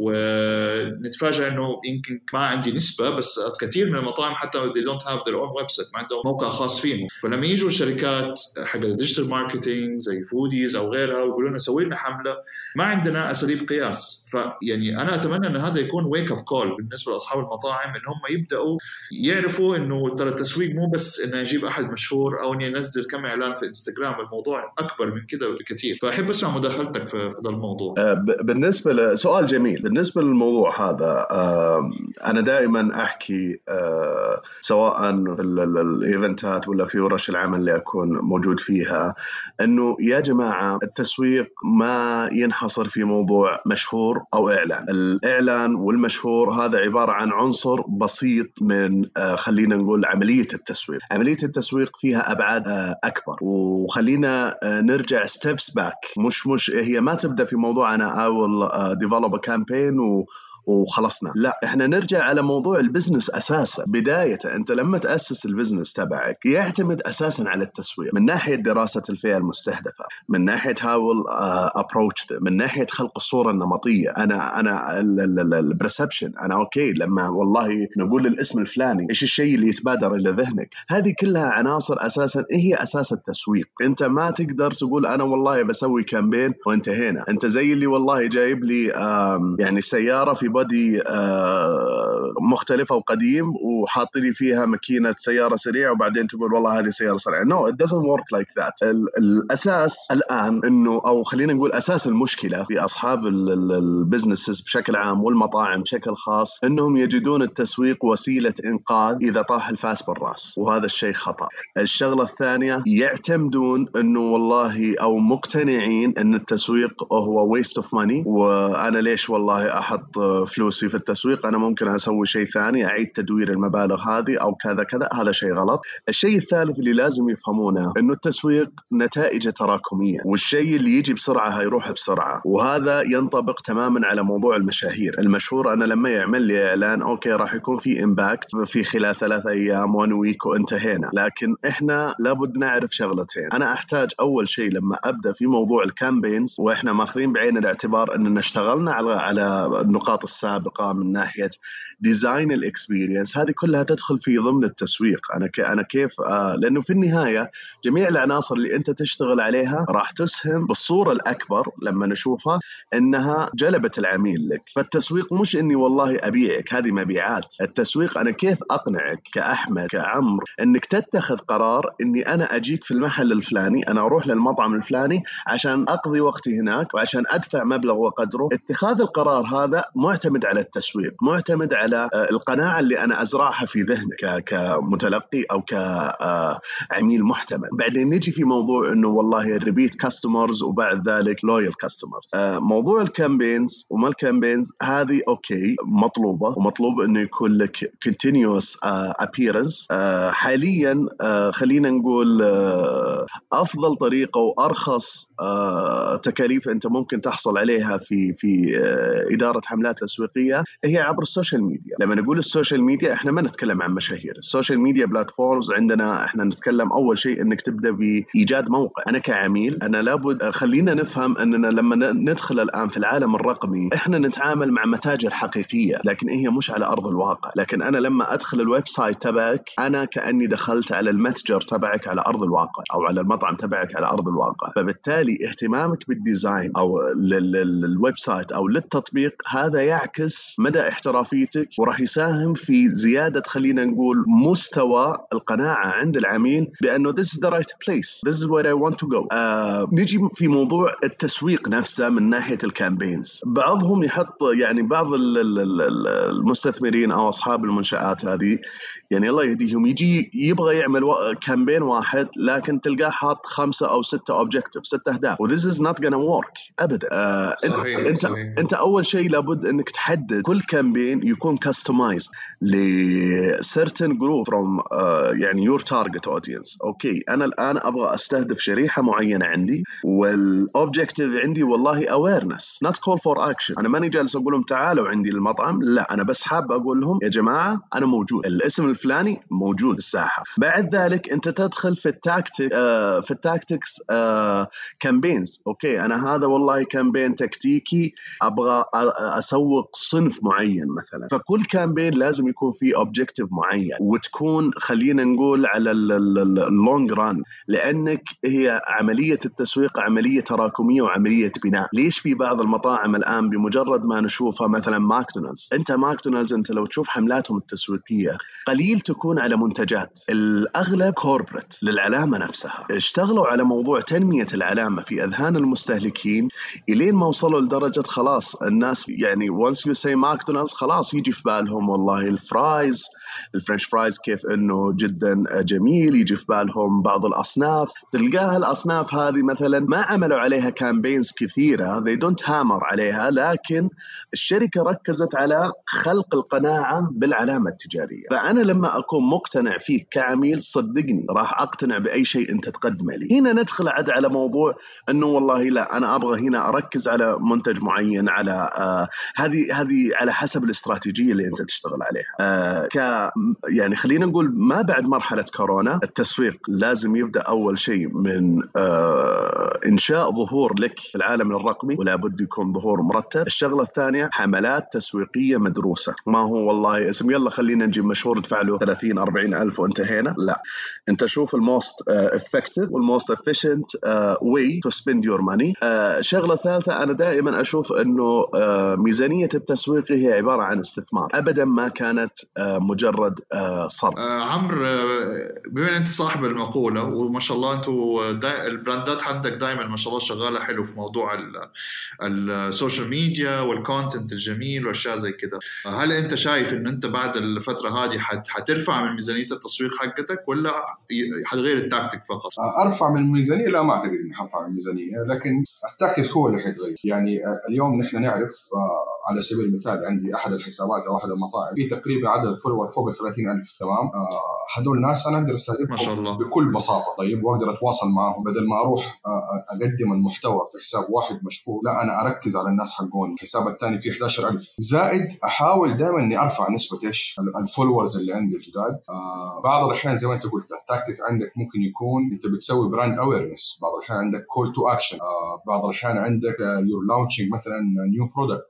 ونتفاجأ أنه يمكن ما عندي نسبة بس كثير من المطاعم حتى they don't have their own website، ما عندهم موقع خاص فيهم. فلما يجوا الشركات حق الديجيتال ماركتينج زي فوديز أو غيرها ويقولوا لنا سوي لنا حملة، ما عندنا أساليب قياس. فيعني أنا أتمنى أن هذا يكون wake up call بالنسبة لأصحاب المطاعم، إن هم يبدأوا يعرفوا إنه ترى التسويق مو بس إنه يجيب أحد مشهور أو إنه ينزل كم إعلان في إنستغرام، الموضوع أكبر من كده بكثير. فأحب أسمع مداخلتك في هذا الموضوع. بالنسبة لسؤال جميل، بالنسبة للموضوع هذا أنا دائما أحكي سواء في الإيفنتات ولا في ورش العمل اللي أكون موجود فيها، إنه يا جماعة التسويق ما ينحصر في موضوع مشهور أو إعلان. الإعلان والمشهور هذا عبارة عن عنصر بسيط من خلينا نقول عملية التسويق. عملية التسويق فيها أبعاد أكبر، وخلينا نرجع steps back. مش هي ما تبدأ في موضوع أنا I will develop a campaign وخلصنا، لا، احنا نرجع على موضوع البزنس أساسا. بداية انت لما تأسس البزنس تبعك يعتمد أساسا على التسويق، من ناحية دراسة الفئة المستهدفة، من ناحية how will approach them، من ناحية خلق الصورة النمطية. أنا البرسبشن، أنا أوكي لما والله نقول الاسم الفلاني إيش الشيء اللي يتبادر إلى ذهنك. هذه كلها عناصر أساسا هي أساس التسويق. أنت ما تقدر تقول أنا والله بسوي كامبين وانتهينا. أنت زي اللي والله جايب لي يعني سيارة في بدي مختلفة وقديم وحاط لي فيها ماكينة سيارة سريعة وبعدين تقول والله هذه سيارة سريعة. No, it doesn't work like that. الأساس الآن إنه، أو خلينا نقول أساس المشكلة في أصحاب البزنسز بشكل عام والمطاعم بشكل خاص، إنهم يجدون التسويق وسيلة إنقاذ إذا طاح الفاس بالرأس، وهذا الشيء خطأ. الشغلة الثانية يعتمدون إنه والله أو مقتنعين إن التسويق هو waste of money، وأنا ليش والله أحط فلوسي في التسويق، أنا ممكن أسوي شيء ثاني أعيد تدوير المبالغ هذه أو كذا كذا. هذا شيء غلط. الشيء الثالث اللي لازم يفهمونه إنه التسويق نتائج تراكمية، والشيء اللي يجي بسرعة هيروح بسرعة، وهذا ينطبق تماما على موضوع المشاهير. المشهور أنا لما يعمل لي إعلان أوكي راح يكون في إمباكت في خلال 3 أيام 1 ويك وانتهينا، لكن إحنا لابد نعرف شغلتين. أنا أحتاج أول شيء لما أبدأ في موضوع الكامبينز، وإحنا ماخذين بعين الاعتبار أننا اشتغلنا على النقاط السابقة من ناحية ديزاين الاكسبيرينس، هذه كلها تدخل في ضمن التسويق. أنا كيف لأنه في النهاية جميع العناصر اللي أنت تشتغل عليها راح تسهم بالصورة الأكبر لما نشوفها إنها جلبت العميل لك. فالتسويق مش إني والله أبيعك، هذه مبيعات. التسويق أنا كيف أقنعك كأحمد كعمر إنك تتخذ قرار إني أنا أجيك في المحل الفلاني، أنا أروح للمطعم الفلاني عشان أقضي وقتي هناك وعشان أدفع مبلغ وقدره. اتخاذ القرار هذا معتمد على التسويق، معتمد على القناعة اللي أنا أزرعها في ذهنك كمتلقي أو كعميل محتمل. بعدين نجي في موضوع إنه والله الريبيت كاستمرز وبعد ذلك لويال كاستمرز. موضوع الكامبينز وما الكامبينز هذه أوكي مطلوبة، ومطلوب إنه يكون لك continuous appearance. حاليا خلينا نقول أفضل طريقة وأرخص تكاليف أنت ممكن تحصل عليها في إدارة حملات تسويقية هي عبر السوشيال ميديا. لما نقول السوشيال ميديا احنا ما نتكلم عن مشاهير. السوشيال ميديا بلاتفورمز عندنا احنا نتكلم اول شيء انك تبدأ بإيجاد موقع. انا كعميل انا لابد خلينا نفهم اننا لما ندخل الآن في العالم الرقمي احنا نتعامل مع متاجر حقيقية، لكن هي مش على أرض الواقع. لكن انا لما ادخل الويب سايت تبعك انا كأني دخلت على المتجر تبعك على أرض الواقع، او على المطعم تبعك على أرض الواقع. فبالتالي اهتمامك بالديزاين او للويب سايت او للتطبيق هذا يعكس مدى احترافيتك، وراح يساهم في زيادة خلينا نقول مستوى القناعة عند العميل بأنه this is the right place, this is where I want to go. نجي في موضوع التسويق نفسه من ناحية الكامبينز. بعضهم يحط يعني بعض المستثمرين أو أصحاب المنشآت هذه يعني الله يهديهم يجي يبغى يعمل كامبين واحد لكن تلقاه حاط 5 أو 6 اوبجكتيف، 6 أهداف، و this is not gonna work أبدا. صحيح. انت اول شيء لابد انك تحدد كل كامبين يكون customized ل certain group from يعني your target audience. اوكي انا الان ابغى استهدف شريحه معينه عندي، والاوبجكتيف عندي والله awareness not call for action. انا ماني جالس اقول لهم تعالوا عندي للمطعم، لا انا بس حاب اقول لهم يا جماعه انا موجود، الاسم الفلاني موجود الساحه. بعد ذلك انت تدخل في التاكتكس كامبينز. اوكي انا هذا والله كامبين تكتيكي ابغى اسوق صنف معين مثلا، فكل كامبين لازم يكون فيه اوبجكتيف معين، وتكون خلينا نقول على اللونج ران، لانك هي عمليه التسويق عمليه تراكميه وعمليه بناء. ليش في بعض المطاعم الان بمجرد ما نشوفها مثلا ماكدونالدز، انت لو تشوف حملاتهم التسويقيه قليل تكون على منتجات، الاغلب كوربريت للعلامه نفسها. اشتغلوا على موضوع تنميه العلامه في اذهان المستهلكين الين ما وصلوا لدرجه خلاص الناس يعني once you say ماكدونالدز خلاص يجي في بالهم والله الفرايز، الفرنش فرايز كيف انه جدا جميل، يجي في بالهم بعض الاصناف، تلقاها الاصناف هذه مثلا ما عملوا عليها كامبينز كثيره they don't hammer عليها، لكن الشركه ركزت على خلق القناعه بالعلامه التجاريه. فانا لما اكون مقتنع فيك كعميل صدقني راح اقتنع باي شيء انت تقدمه لي. هنا ندخل عاد على موضوع انه والله لا انا ابغى هنا اركز على منتج معين، على هذه على حسب الاستراتيجيه اللي انت تشتغل عليها. يعني خلينا نقول ما بعد مرحله كورونا التسويق لازم يبدا اول شيء من انشاء ظهور لك في العالم الرقمي، ولا بد يكون ظهور مرتب. الشغله الثانيه حملات تسويقيه مدروسه، ما هو والله اسم يلا خلينا نجيب مشهور ادفع له 30-40 ألف وانتهينا، لا انت شوف الموست effective والموست efficient way to spend your money. شغله ثالثه انا دائما اشوف انه ميزانيه التسويق هي عباره عن استثمار، ابدا ما كانت مجرد صرف. عمرو، بما ان انت صاحب المقوله وما شاء الله انتوا البراندات عندك دائما ما شاء الله شغاله حلو في موضوع السوشيال ميديا والكونتنت الجميل واشياء زي كده، هل انت شايف ان انت بعد الفتره هذه حترفع من ميزانيه التسويق حقتك ولا حتغير التاكتيك فقط؟ ارفع من الميزانيه؟ لا ما اعتقد اني حرفع من الميزانيه، لكن التاكتيك هو اللي حيتغير. يعني اليوم نحن نعرف على سبيل المثال عندي احد الحسابات او احد المطاعم في تقريبا عدد فولور فوق 30,000 تمام. هذول الناس انا اقدر استهدفهم بكل بساطه، طيب واقدر اتواصل معهم بدل ما اروح اقدم المحتوى في حساب واحد مشهور، لا انا اركز على الناس حقون. الحساب الثاني فيه 11,000 زائد احاول دائما اني ارفع نسبه الفولورز اللي عندي الجداد. بعض الاحيان زي ما انت قلت التاكتيك عندك ممكن يكون انت بتسوي براند اويرنس، بعض الاحيان عندك كول تو اكشن، بعض الاحيان عندك يور لانشينج مثلا نيو برودكت،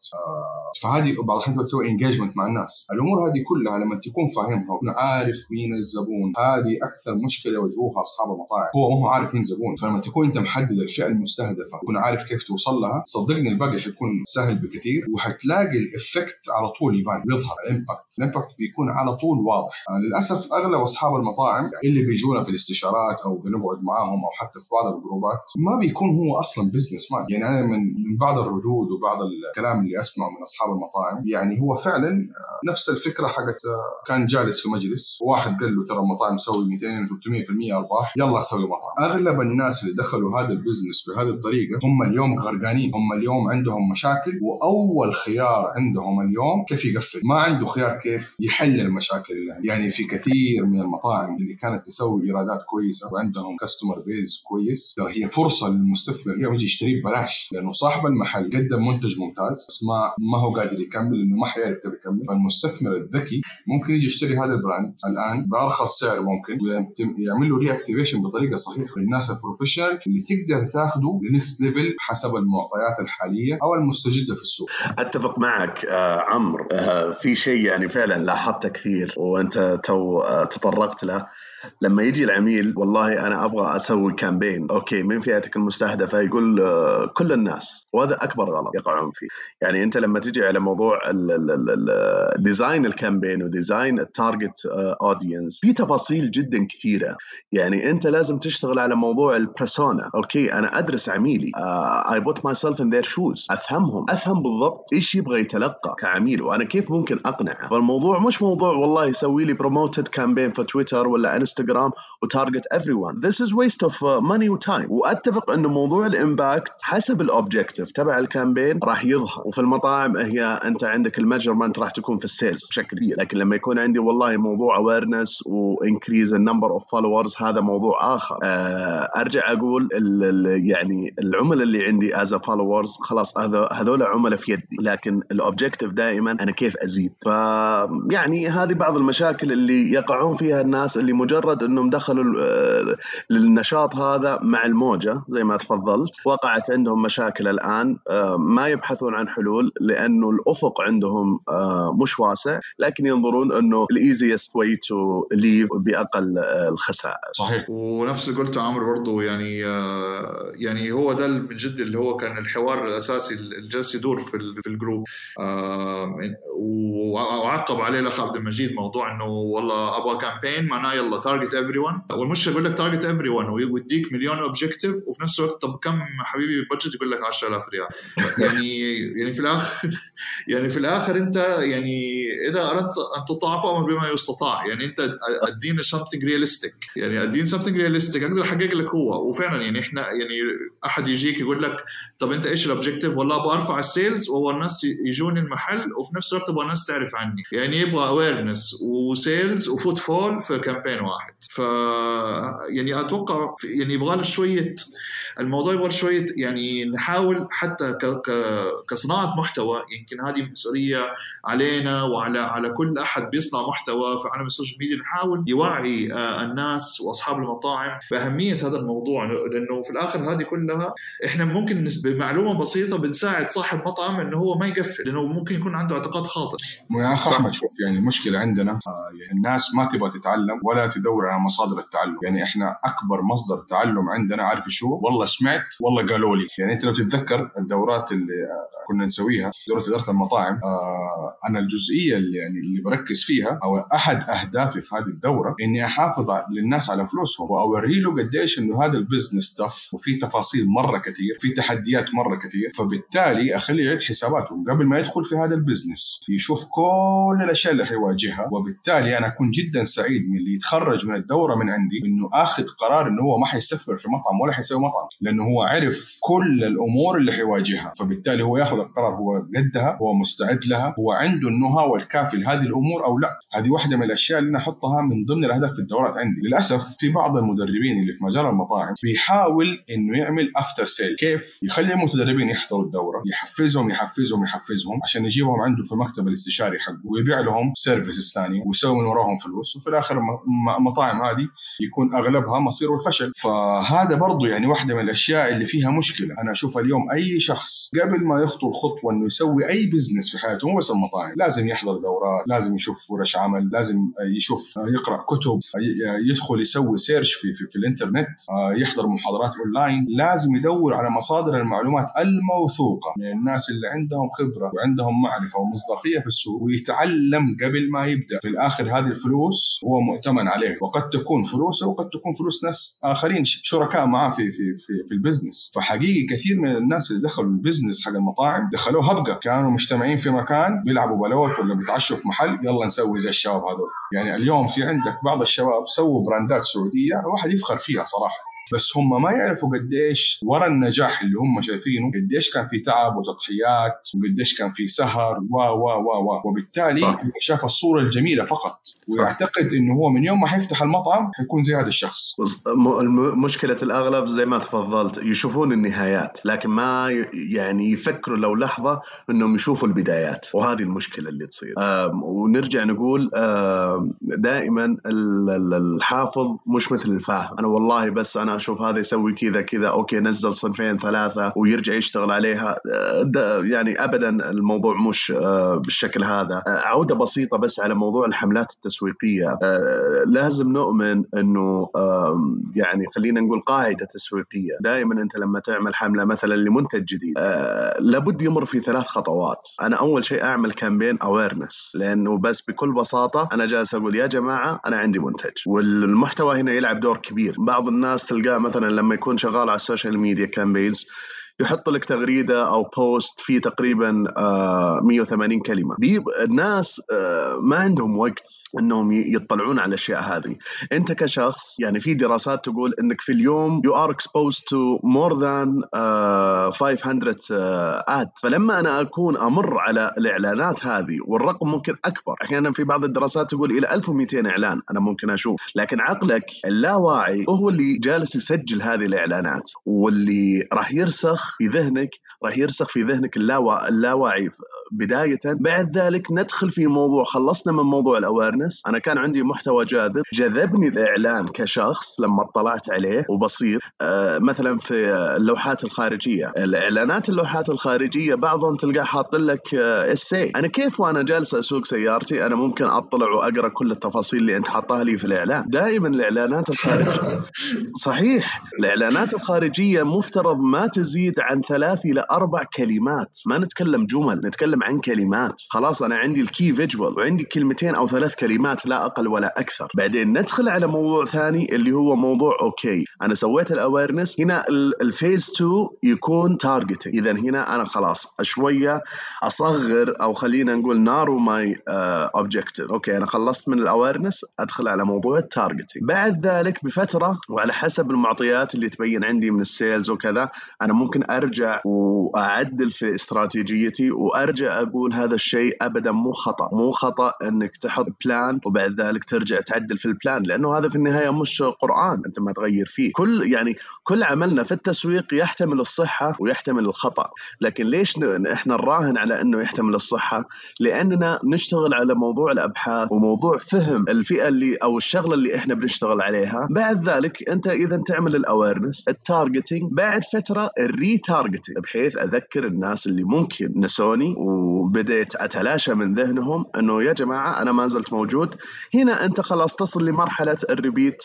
فهذه بعض الاحيان بتسوي انجيجمنت مع الناس. الامور هذه كلها لما تكون فاهمها وعارف مين الزبون، هذه اكثر مشكله يواجهوها اصحاب المطاعم، هو ما هو عارف مين زبون. فلما تكون انت محدد الفئه المستهدفه وتكون عارف كيف توصل لها، صدقني الباقي حيكون سهل بكثير، وحتلاقي الافكت على طول يبان ويظهر. الامباكت بيكون على طول واضح. للاسف اغلب اصحاب المطاعم اللي بيجونا في الاستشارات او بنقعد معاهم او حتى في بعض الجروبات ما بيكون هو اصلا بزنس مان. يعني انا من بعض الردود وبعض الكلام اللي اسمعه من اصحاب المطاعم، يعني هو فعلا نفس الفكره حقت كان جالس في مجلس وواحد قال له ترى المطاعم تسوي 200-300% ارباح، يلا سوي مطعم. اغلب الناس اللي دخلوا هذا البزنس بهذه الطريقه هم اليوم غرقانين، هم اليوم عندهم مشاكل، واول خيار عندهم اليوم كيف يقفل، ما عنده خيار كيف يحل المشاكل. يعني في كثير من المطاعم اللي كانت تسوي ايرادات كويسه وعندهم كاستمر بيز كويس، ترى هي فرصه للمستثمر اليوم يجي يشتري ببلاش، لانه صاحب المحل قدم منتج ممتاز بس ما هو قادر يكمل، لانه ما حيعرف كيف يكمل. فالمستثمر الذكي ممكن يجي يشتري هذا البراند الان بارخص سعر ممكن، ويعمل له ري اكتيفيشن بطريقه صحيحه للناس البروفيشنال اللي تقدر تاخذه لنكست ليفل حسب المعطيات الحاليه او المستجده في السوق. اتفق معك عمرو. في شيء يعني فعلا لاحظته كثير وانت تطرقت له، لما يجي العميل والله أنا أبغى أسوي كامبين، أوكي من فئتك المستهدفة؟ يقول كل الناس، وهذا أكبر غلط يقعون فيه. يعني أنت لما تجي على موضوع ديزاين الكامبين وديزاين التارجت أودينس في تفاصيل جدا كثيرة. يعني أنت لازم تشتغل على موضوع البرسونا. أوكي أنا أدرس عميلي، I put myself in their shoes، أفهم بالضبط إيش يبغى يتلقى كعميل وأنا كيف ممكن أقنعه. فالموضوع مش موضوع والله يسوي لي promoted campaign في تويتر ولا انستغرام وتارجت everyone. This is waste of money وتايم. وأتفق إنه موضوع الإمباكت حسب الأوبجيكتيف تبع الكامبين راح يظهر. وفي المطاعم هي أنت عندك الميجرمنت راح تكون في السيلز بشكل كبير، لكن لما يكون عندي والله موضوع awareness وincrease النمبر of followers هذا موضوع آخر. أرجع أقول يعني العملاء اللي عندي as a followers خلاص هذول عملاء في يدي، لكن الأوبجيكتيف دائما أنا كيف أزيد. يعني هذه بعض المشاكل اللي يقعون فيها الناس اللي مجرد أنهم دخلوا للنشاط هذا مع الموجة زي ما تفضلت، وقعت عندهم مشاكل الآن ما يبحثون عن حلول لأنه الأفق عندهم مش واسع، لكن ينظرون أنه the easiest way to leave بأقل الخسائر. صحيح. ونفس اللي قلته عمرو برضو، يعني هو ده من جد اللي هو كان الحوار الأساسي اللي جالس يدور في الجروب. وعقب عليه الأخ عبد المجيد موضوع إنه والله أبغى كامبين معناه يلا تارجت everyone، والمشكلة يقول لك تارجت everyone ويديك مليون أوبجيكتيف، وفي نفس الوقت طب كم حبيبي البادجت؟ يقول لك 10,000 ريال. يعني في الآخر أنت يعني إذا أردت أن تطاع فأمر بما يستطاع. يعني أنت أدينا something realistic، يعني أدين something realistic أقدر أحقق لك هو. وفعلا يعني إحنا يعني أحد يجيك يقول لك طب أنت إيش الأوبجيكتيف؟ والله أبغى أرفع السيلز وهو الناس يجون المحل، وفي نفس الوقت أبغى الناس تعرف عني. يعني يبغى awareness وسيلز وفوتفول في كامبين واحد. يعني أتوقع يعني يبغى له شوية، الموضوع يبغى شوية يعني نحاول حتى كصناعة محتوى. يمكن هذه مسؤولية علينا وعلى كل أحد بيصنع محتوى في عالم السوشيال ميديا، نحاول يوعي الناس وأصحاب المطاعم بأهمية هذا الموضوع، لأنه في الآخر هذه كلها إحنا ممكن بمعلومة بسيطة بنساعد صاحب مطعم إنه هو ما يقفل، لأنه ممكن يكون عنده اعتقاد خاطئ. يا أخي أحمد شوف، يعني المشكلة عندنا يعني الناس ما تبغى تتعلم ولا تدور على مصادر التعلم. يعني إحنا أكبر مصدر تعلم عندنا عارف شو؟ والله سمعت، والله قالوا لي. يعني أنت لو تتذكر الدورات اللي كنا نسويها، دورة إدارة المطاعم، أنا الجزئية اللي بركز فيها أو أحد أهدافي في هذه الدورة إني أحافظ للناس على فلوسهم وأوري له قديش إنه هذا البزنس تف وفي تفاصيل مرة كثير، في تحديات مرة كثير. فبالتالي أخليه يعيد حساباته قبل ما يدخل في هذا البزنس، يشوف كل الأشياء اللي حيواجهها. وبالتالي أنا أكون جدا سعيد من اللي يتخرج من الدورة من عندي إنه أخذ قرار إنه هو ما حيستثمر في مطعم ولا حيسوي مطعم، لأنه هو عرف كل الأمور اللي حيواجهها. فبالتالي هو ياخذ القرار، هو قدها، هو مستعد لها، هو عنده النهى والكافي لهذه الأمور أو لا. هذه واحدة من الأشياء اللي أنا أحطها من ضمن الأهداف في الدورات عندي. للأسف في بعض المدربين اللي في مجال المطاعم بيحاول إنه يعمل أفتر سيل، كيف يخلي المتدربين يحضروا الدورة، يحفزهم عشان يجيبهم عنده في المكتب الاستشاري حقه ويبيع لهم سيرفيسز ثاني ويسوي من وراهم فلوس، وفي الآخر مطاعم هذه يكون أغلبها مصير والفشل. فهذا برضو يعني واحدة من الأشياء اللي فيها مشكلة. أنا أشوف اليوم أي شخص قبل ما يخطو الخطوة إنه يسوي أي بزنس في حياته، مو بس المطاعم، لازم يحضر دورات، لازم يشوف ورش عمل، لازم يشوف يقرأ كتب، يدخل يسوي سيرش في الإنترنت، يحضر محاضرات أونلاين، لازم يدور على مصادر المعلومات الموثوقة من الناس اللي عندهم خبرة وعندهم معرفة ومصداقية في السوق، ويتعلم قبل ما يبدأ. في الآخر هذه الفلوس هو مؤتمن عليه، وقد تكون فلوسه وقد تكون فلوس ناس آخرين شركاء معه في البزنس. فحقيقي كثير من الناس اللي دخلوا البزنس حق المطاعم دخلوه هبقة، كانوا مجتمعين في مكان بيلعبوا بلوت ولا بيتعشوا في محل، يلا نسوي زي الشباب هذول. يعني اليوم في عندك بعض الشباب سووا براندات سعودية الواحد يفخر فيها صراحة، بس هم ما يعرفوا قديش ورا النجاح اللي هم شايفينه قديش كان في تعب وتضحيات وقديش كان في سهر وبالتالي شاف الصورة الجميلة فقط، ويعتقد إنه هو من يوم ما حيفتح المطعم حيكون زي هذا الشخص. مشكلة الأغلب زي ما تفضلت يشوفون النهايات، لكن ما يعني يفكروا لو لحظة إنهم يشوفوا البدايات، وهذه المشكلة اللي تصير. ونرجع نقول دائما الحافظ مش مثل الفاهم. أنا والله بس أنا شوف هذا يسوي كذا كذا، أوكي نزل صنفين ثلاثة ويرجع يشتغل عليها. يعني أبدا الموضوع مش بالشكل هذا. عودة بسيطة بس على موضوع الحملات التسويقية. لازم نؤمن أنه يعني خلينا نقول قاعدة تسويقية دائما، أنت لما تعمل حملة مثلا لمنتج جديد لابد يمر في 3 خطوات. أنا أول شيء أعمل كامبين awareness، لأنه بس بكل بساطة أنا جالس أقول يا جماعة أنا عندي منتج، والمحتوى هنا يلعب دور كبير. بعض الناس تلقاه مثلا لما يكون شغال على السوشيال ميديا كامبينز يحط لك تغريدة أو بوست فيه تقريبا 180 كلمة. الناس ما عندهم وقت أنهم يطلعون على الأشياء هذه. أنت كشخص يعني في دراسات تقول أنك في اليوم you are exposed to more than 500 ad. فلما أنا أكون أمر على الإعلانات هذه والرقم ممكن أكبر، أحيانا في بعض الدراسات تقول إلى 1200 إعلان أنا ممكن أشوف، لكن عقلك اللاواعي هو اللي جالس يسجل هذه الإعلانات، واللي راح يرسخ في ذهنك، راح يرسخ في ذهنك اللاواعي بداية. بعد ذلك ندخل في موضوع، خلصنا من موضوع الأويرنس، أنا كان عندي محتوى جذبني الإعلان كشخص لما اطلعت عليه. وبصير مثلا في اللوحات الخارجية، الإعلانات اللوحات الخارجية بعضهم تلقاه حاط لك إسي. أنا كيف وأنا جالس أسوق سيارتي أنا ممكن أطلع وأقرأ كل التفاصيل اللي أنت حطها لي في الإعلان. دائما الإعلانات الخارجية صحيح، الإعلانات الخارجية مفترض ما تزيد عن 3 إلى 4 كلمات، ما نتكلم جمل، نتكلم عن كلمات. خلاص أنا عندي الكي فيجوال وعندي 2 أو 3 كلمات لا أقل ولا أكثر. بعدين ندخل على موضوع ثاني اللي هو موضوع أوكي أنا سويت الأويرنس، هنا الفيز 2 يكون تارجتنج. إذن هنا أنا خلاص شوية أصغر أو خلينا نقول نارو ماي أوبجكتيف. أوكي أنا خلصت من الأويرنس، أدخل على موضوع التارجتنج. بعد ذلك بفترة وعلى حسب المعطيات اللي تبين عندي من السيلز وكذا أنا ممكن أرجع وأعدل في استراتيجيتي وأرجع أقول هذا الشيء أبدا مو خطأ أنك تحط بلان وبعد ذلك ترجع تعدل في البلان، لأنه هذا في النهاية مش قرآن أنت ما تغير فيه. كل عملنا في التسويق يحتمل الصحة ويحتمل الخطأ، لكن ليش إحنا نراهن على أنه يحتمل الصحة؟ لأننا نشتغل على موضوع الأبحاث وموضوع فهم الفئة اللي أو الشغلة اللي إحنا بنشتغل عليها. بعد ذلك أنت إذا تعمل الأويرنس، التارجتينج، بعد فترة الريتارجتينج، بحيث أذكر الناس اللي ممكن نسوني وبدأت أتلاشى من ذهنهم أنه يا جماعة أنا ما زلت موجود. هنا أنت خلاص تصل لمرحلة الريبيت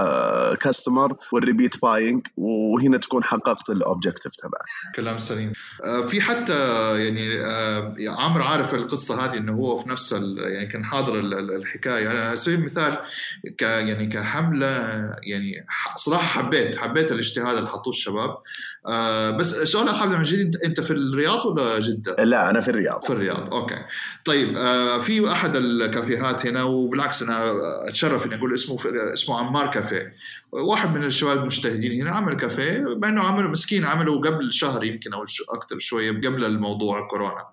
كاستمر والريبيت باينج، وهنا تكون حققت الأوبجكتيف تبعك. كلام سليم. في حتى يعني عمرو عارف القصة هذه، إنه هو في نفس يعني كان حاضر الحكاية. أنا على سبيل المثال يعني كحملة يعني صراحة حبيت الاجتهاد اللي حطوه الشباب. بس سؤال أخذ من جديد، أنت في الرياض ولا جدة؟ لا أنا في الرياض. أوكي طيب. في أحد الكافيهات هنا، وبالعكس أنا أتشرف إني أقول اسمه عمار كافيه. واحد من الشباب المجتهدين هنا عمل كافيه، بأنه عمله مسكين، عمله قبل شهر يمكن أو أكتر شوية قبل الموضوع الكورونا.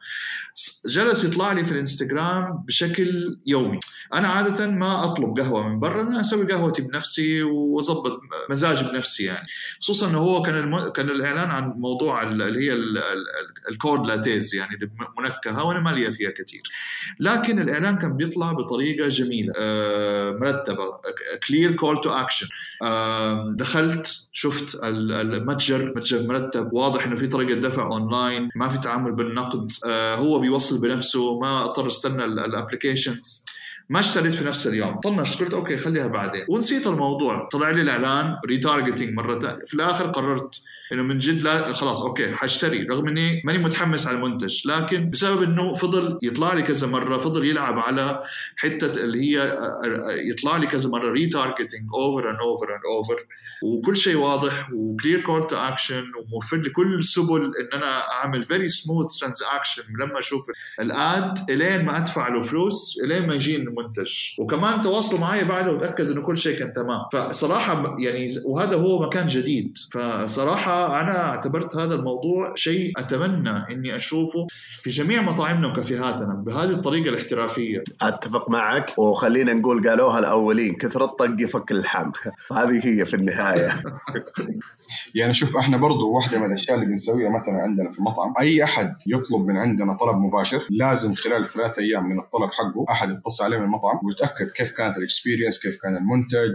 جلس يطلع لي في الانستغرام بشكل يومي. أنا عادة ما أطلب قهوة من برا، أنا أسوي قهوتي بنفسي وأضبط مزاجي بنفسي يعني. خصوصا أنه هو كان الإعلان عن موضوع اللي هي الكورد لاتيز يعني منكهة، وأنا مالية فيها كتير. لكن الإعلان كان بيطلع بطريقة جميلة مرتبة، clear call to action. دخلت شفت المتجر مرتب، واضح إنه في طريقة دفع أونلاين، ما في تعامل بالنقد، هو بيوصل بنفسه، ما أضطر استنى الابليكيشنز. ما اشتريت في نفس اليوم، طنشت قلت أوكي خليها بعدين ونسيت الموضوع. طلع لي الإعلان ريتارجتينج مرة تانية. في الآخر قررت إنه من جد لا خلاص أوكي حاشتري، رغم إني ماني متحمس على المنتج، لكن بسبب إنه فضل يطلع لي كذا مرة، فضل يلعب على حتة اللي هي يطلع لي كذا مرة ريتارجتينج over and over وكل شيء واضح وكلير كول تو أكشن، وموفر لي كل السبل إن أنا أعمل very smooth transaction لما أشوف الآد إلين ما أدفع له فلوس، إلين ما يجين المنتج. وكمان تواصلوا معي بعده وتأكد إنه كل شيء كان تمام. فصراحة يعني وهذا هو مكان جديد، فصراحة فأنا اعتبرت هذا الموضوع شيء أتمنى إني أشوفه في جميع مطاعمنا وكافيهاتنا بهذه الطريقة الاحترافية. أتفق معك، وخلينا نقول قالوها الأولين كثر الطق يفك اللحم. هذه هي في النهاية. يعني شوف احنا برضو واحدة من الاشياء اللي بنسويها مثلا عندنا في المطعم، اي احد يطلب من عندنا طلب مباشر لازم خلال 3 ايام من الطلب حقه احد يتصل عليه من المطعم ويتاكد كيف كانت الاكسبيرينس، كيف كان المنتج،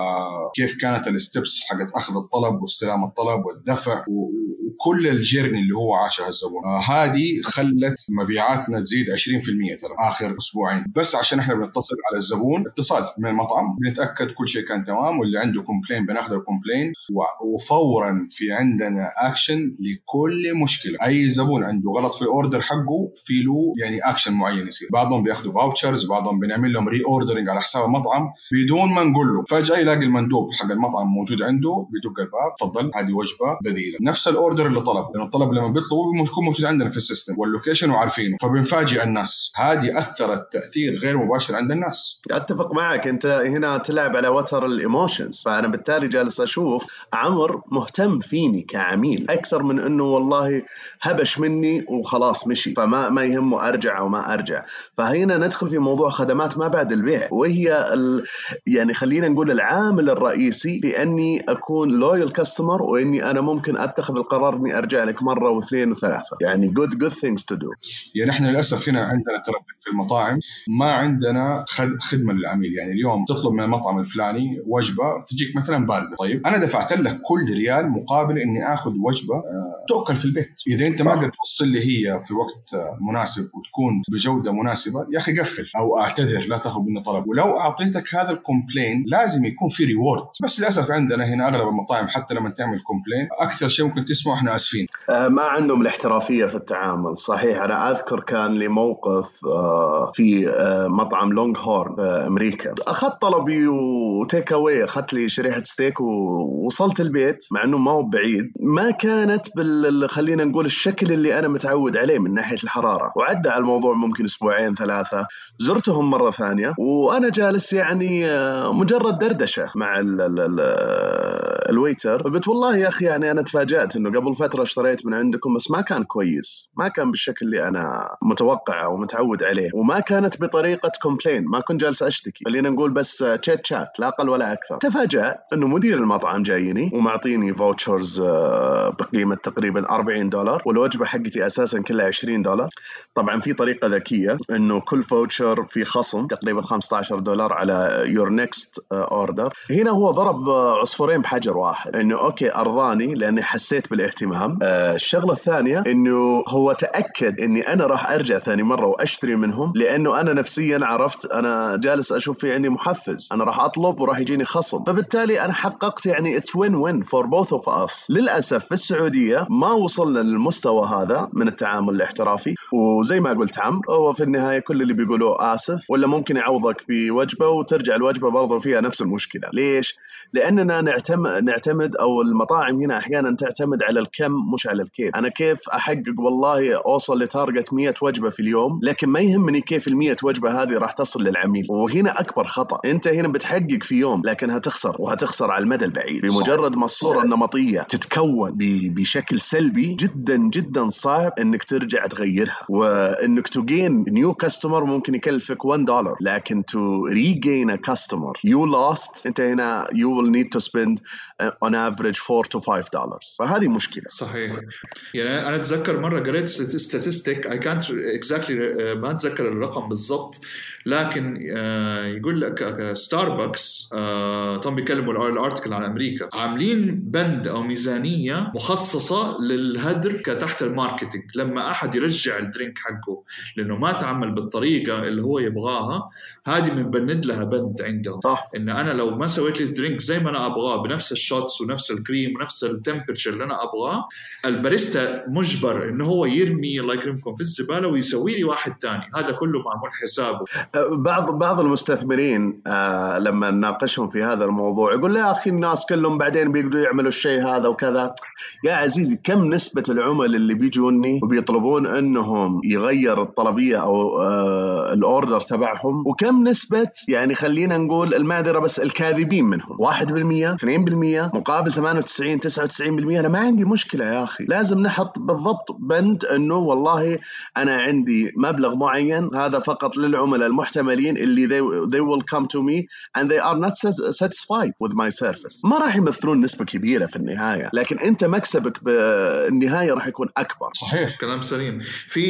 كيف كانت الستبس حقت اخذ الطلب واستلام الطلب والدفع وكل الجيرني اللي هو عاشها الزبون. هذه خلت مبيعاتنا تزيد 20% ترى اخر اسبوعين، بس عشان احنا بنتصل على الزبون اتصال من المطعم بنتاكد كل شيء كان تمام، واللي عنده كومبلين بناخذ الكومبلين وفورا في عندنا اكشن لكل مشكله. اي زبون عنده غلط في الاوردر حقه في له يعني اكشن معين يصير، بعضهم بياخذوا فاوتشرز، بعضهم بنعمل لهم ري اوردرنج على حساب المطعم بدون ما نقول له، فجاه يلاقي المندوب حق المطعم موجود عنده بيدق الباب، تفضل هذه وجبه بديله نفس الاوردر اللي طلب، لانه الطلب لما بيطلبوا بيكون موجود عندنا في السيستم واللوكيشن وعارفينه، فبنفاجئ الناس. هذه اثرت تاثير غير مباشر عند الناس. اتفق معك، انت هنا تلعب على وتر الايموشنز، فانا بالتالي جالس اشوف عمر مهتم فيني كعميل اكثر من انه والله هبش مني وخلاص مشي فما يهمه ارجع او ما ارجع. فهنا ندخل في موضوع خدمات ما بعد البيع، وهي يعني خلينا نقول العامل الرئيسي باني اكون لويال كاستمر، واني انا ممكن اتخذ القرار اني ارجع لك مره واثنين وثلاثه. يعني good things to do. يعني احنا للاسف هنا عندنا ترى في المطاعم ما عندنا خدمه للعميل. يعني اليوم تطلب من المطعم الفلاني وجبه تجيك مثلا بارده، طيب انا دفعت لك كل ريال مقابل اني اخذ وجبه تؤكل في البيت. اذا انت ما قدرت توصل لي هي في وقت مناسب وتكون بجوده مناسبه، يا اخي قفل او اعتذر لا تاخذ مني طلب. ولو اعطيتك هذا الكومبلين لازم يكون في ريورد، بس للاسف عندنا هنا اغلب المطاعم حتى لما تعمل كومبلين اكثر شيء ممكن تسمعه احنا اسفين. ما عندهم الاحترافيه في التعامل. صحيح، انا اذكر كان لي موقف في مطعم لونج هورن في امريكا، اخذت طلبي وتيك اواي، اخذت لي شريحه ستيك ووصلت البيت مع انه ما هو بعيد، ما كانت خلينا نقول الشكل اللي انا متعود عليه من ناحيه الحراره، وعدى على الموضوع ممكن اسبوعين ثلاثه. زرتهم مره ثانيه وانا جالس يعني مجرد دردشه مع الويتر، قلت والله يا اخي يعني انا تفاجأت انه قبل فتره اشتريت من عندكم بس ما كان كويس، ما كان بالشكل اللي انا متوقع ومتعود عليه، وما كانت بطريقه كومبلين، ما كنت جالس اشتكي، خلينا نقول بس تشات لا اقل ولا اكثر. تفاجأت انه مدير المطعم جايني ومعطيني فاوتشرز بقيمه تقريبا $40، والوجبه حقتي اساسا كلها $20. طبعا في طريقه ذكيه انه كل فاوتشر في خصم تقريبا $15 على يور نيكست اوردر. هنا هو ضرب عصفورين بحجر واحد، انه اوكي ارضاني لاني حسيت بالاهتمام. الشغله الثانيه انه هو تاكد اني انا راح ارجع ثاني مره واشتري منهم، لانه انا نفسيا عرفت انا جالس اشوف في عندي محفز، انا راح اطلب وراح يجيني خصم، فبالتالي انا حققت يعني it's win-win for both of us. للاسف في السعوديه ما وصلنا للمستوى هذا من التعامل الاحترافي، وزي ما قلت عمرو هو في النهايه كل اللي بيقولوه اسف، ولا ممكن يعوضك بوجبه وترجع الوجبه برضو فيها نفس المشكله. ليش؟ لاننا نعتمد او المطاعم هنا احيانا تعتمد على الكم مش على الكيف. انا كيف احقق والله اوصل لتارجت 100 وجبه في اليوم، لكن ما يهمني كيف ال100 وجبه هذه راح تصل للعميل. وهنا اكبر خطا، انت هنا بتحقق في يوم لكن هتخسر، وهتخسر على المدى البعيد. بمجرد ما الصوره النمطيه تتكون بشكل سلبي جدا جدا صعب انك ترجع تغيرها، وانك تجين نيو كاستمر ممكن يكلفك $1، لكن to regain a customer you lost انت هنا you will need to spend on average $4 to $5. فهذه مشكله. صحيح. يعني انا اتذكر مره قريت statistic I can't exactly ما اتذكر الرقم بالضبط، لكن يقول لك ستاربكس طبعا بيكلموا الارتكل عن امريكا، عاملين بند او ميزانيه مخصصه للهدر كتحت الماركتينج. لما احد يرجع الدرينك حقه لانه ما تعامل بالطريقه اللي هو يبغاها، هذه بنبند لها بند عندهم، صح. ان انا لو ما سويت لي الدرينك زي ما انا ابغاه بنفس الشوتس ونفس الكريم ونفس التمبرتشر اللي انا ابغاه، الباريستا مجبر انه هو يرمي الله يكرمكم في الزباله ويسوي لي واحد تاني. هذا كله معمول حسابه. بعض المستثمرين لما نناقشهم في هذا الموضوع يقول لي يا أخي الناس كلهم بعدين بيقدروا يعملوا الشيء هذا وكذا. يا عزيزي كم نسبة العملاء اللي بيجوني وبيطلبون أنهم يغير الطلبية أو الأوردر تبعهم، وكم نسبة يعني خلينا نقول المعذرة بس الكاذبين منهم 1% 2% مقابل 98 99%. أنا ما عندي مشكلة يا أخي، لازم نحط بالضبط بند أنه والله أنا عندي مبلغ معين هذا فقط للعملاء المحتملين اللي they will come to me and they are not satisfied with my service. ما راح يمثلون نسبة كبيرة في النهاية، لكن أنت مكسبك بالنهاية راح يكون أكبر. صحيح، كلام سليم.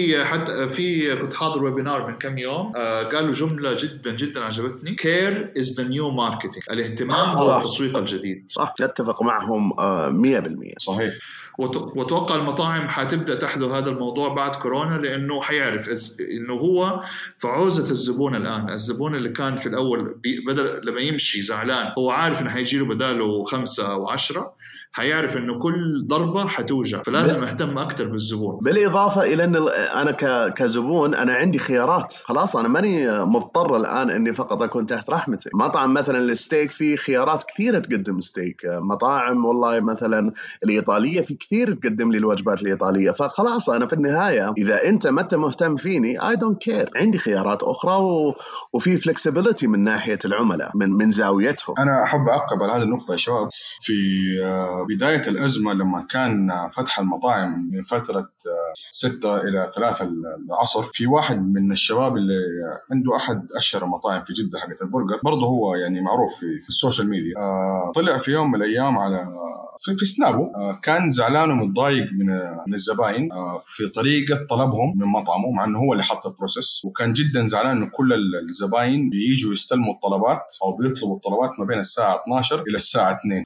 في كنت حاضر ويبينار من كم يوم قالوا جملة جدا جدا عجبتني: care is the new marketing. الاهتمام هو التسويق الجديد. صح، أتفق معهم 100%. صحيح. وتوقع المطاعم حتبدأ تحذو هذا الموضوع بعد كورونا، لأنه حيعرف إنه هو في عوزة الزبون الآن. الزبون اللي كان في الأول بدل لما يمشي زعلان هو عارف إنه حيجيله بداله 5 أو 10، حيعرف إنه كل ضربة حتوجع، فلازم أهتم أكتر بالزبون. بالإضافة إلى أن أنا كزبون أنا عندي خيارات، خلاص أنا ماني مضطر الآن أني فقط أكون تحت رحمتي. مطعم مثلا الستيك فيه خيارات كثيرة تقدم ستيك، مطاعم والله مثلا الإيطالية في كثير تقدم لي الوجبات الإيطالية. فخلاص أنا في النهاية إذا أنت ما أنت مهتم فيني I don't care، عندي خيارات أخرى وفي flexibility من ناحية العملاء من زاويتهم. أنا أحب أعقب على هذه النقطة يا شباب. في بداية الأزمة لما كان فتح المطاعم من فترة 6 إلى 3 العصر، في واحد من الشباب اللي عنده أحد أشهر المطاعم في جدة حقت البرجر، برضه هو يعني معروف في السوشيال ميديا، طلع في يوم من الأيام على في سنابه كان زعلان ومتضايق من الزباين في طريقة طلبهم من مطعمه، مع أنه هو اللي حط البروسيس، وكان جدا زعلان أنه كل الزباين بييجوا يستلموا الطلبات أو بيطلبوا الطلبات ما بين الساعة 12 إلى الساعة 2.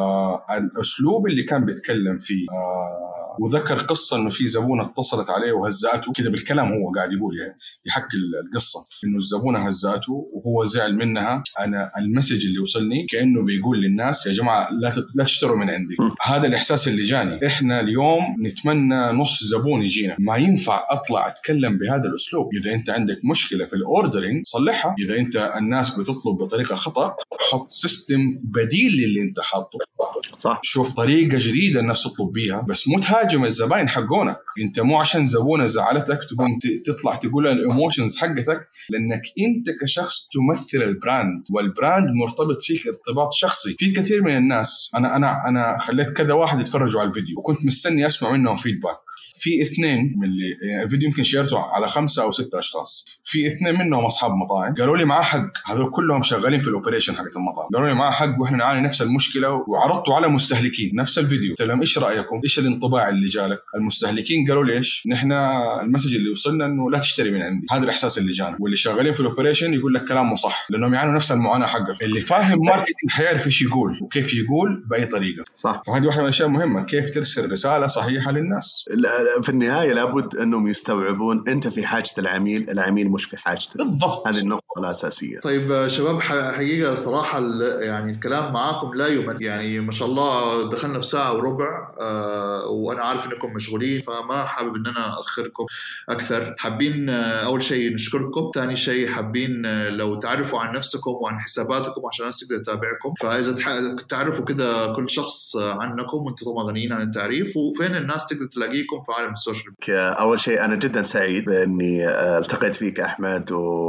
فالأسلوب اللي كان بيتكلم فيه وذكر قصة إنه في زبونة اتصلت عليه وهزأته كده بالكلام، هو قاعد يقول يعني يحكي القصة إنه الزبونة هزأته وهو زعل منها. أنا المسج اللي وصلني كأنه بيقول للناس يا جماعة لا تشتروا من عندي. هذا الإحساس اللي جاني. إحنا اليوم نتمنى نص زبون يجينا، ما ينفع أطلع أتكلم بهذا الأسلوب. إذا أنت عندك مشكلة في الأوردرينج صلحها، إذا أنت الناس بتطلب بطريقة خطأ حط سيستم بديل للي أنت حاطه. صح، شوف طريقة جديدة الناس تطلب بيها، بس مو تهاجم الزباين حقونك. انت مو عشان زبونة زعلتك تقوم تطلع تقول الاموشنز حقتك، لانك انت كشخص تمثل البراند، والبراند مرتبط فيك ارتباط شخصي. في كثير من الناس انا خليت كذا واحد يتفرجوا على الفيديو وكنت مستني اسمع منهم فيدباك. في 2 من اللي يعني الفيديو يمكن شيرته على 5 أو 6 أشخاص، في 2 منهم أصحاب مطاعم قالوا لي معاه حق، هذول كلهم شغالين في الأوبريشن حقت المطاعم، قالوا لي معاه حق وإحنا نعاني نفس المشكلة. وعرضته على مستهلكين نفس الفيديو، قلت لهم إيش رأيكم؟ إيش الانطباع اللي جالك؟ المستهلكين قالوا لي إيش؟ نحن المسج اللي وصلنا إنه لا تشتري من عندي. هذا الإحساس اللي جانا. واللي شغالين في الأوبريشن يقول لك كلامه صح، لأنهم يعانوا نفس المعاناة حقك. اللي فاهم ماركتينج حيعرف إيش يقول وكيف يقول بأي طريقة. صح. فهذه واحدة من الأشياء المهمة، كيف ترسل رسالة صحيحة للناس. في النهاية لابد أنهم يستوعبون أنت في حاجة العميل مش في حاجتك. بالضبط، هذه النقطة الأساسية. طيب شباب، حقيقة صراحة يعني الكلام معاكم لا يمل، يعني ما شاء الله دخلنا بساعة وربع، وأنا عارف أنكم مشغولين فما حابب أن أنا أخركم أكثر. حابين أول شيء نشكركم، ثاني شيء حابين لو تعرفوا عن نفسكم وعن حساباتكم عشان الناس تقدر تتابعكم. فإذا تعرفوا كده كل شخص عنكم وأنتم طبعا غنيين عن التعريف، وفين الناس تقدر تلاقيكم في عالم السوشيال ميديا. أول شيء أنا جدا سعيد بأني التقيت فيك أحمد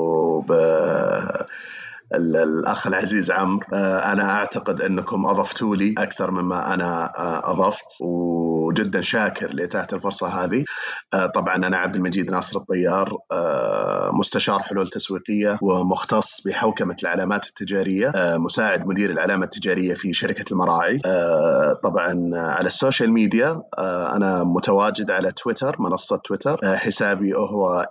الأخ العزيز عمرو. أنا أعتقد أنكم أضفتوا لي أكثر مما أنا أضفت، وجدا شاكر لتحت الفرصة هذه. طبعا أنا عبد المجيد ناصر الطيار، مستشار حلول تسويقية ومختص بحوكمة العلامات التجارية، مساعد مدير العلامة التجارية في شركة المراعي. طبعا على السوشيال ميديا أنا متواجد على تويتر، منصة تويتر، حسابي هو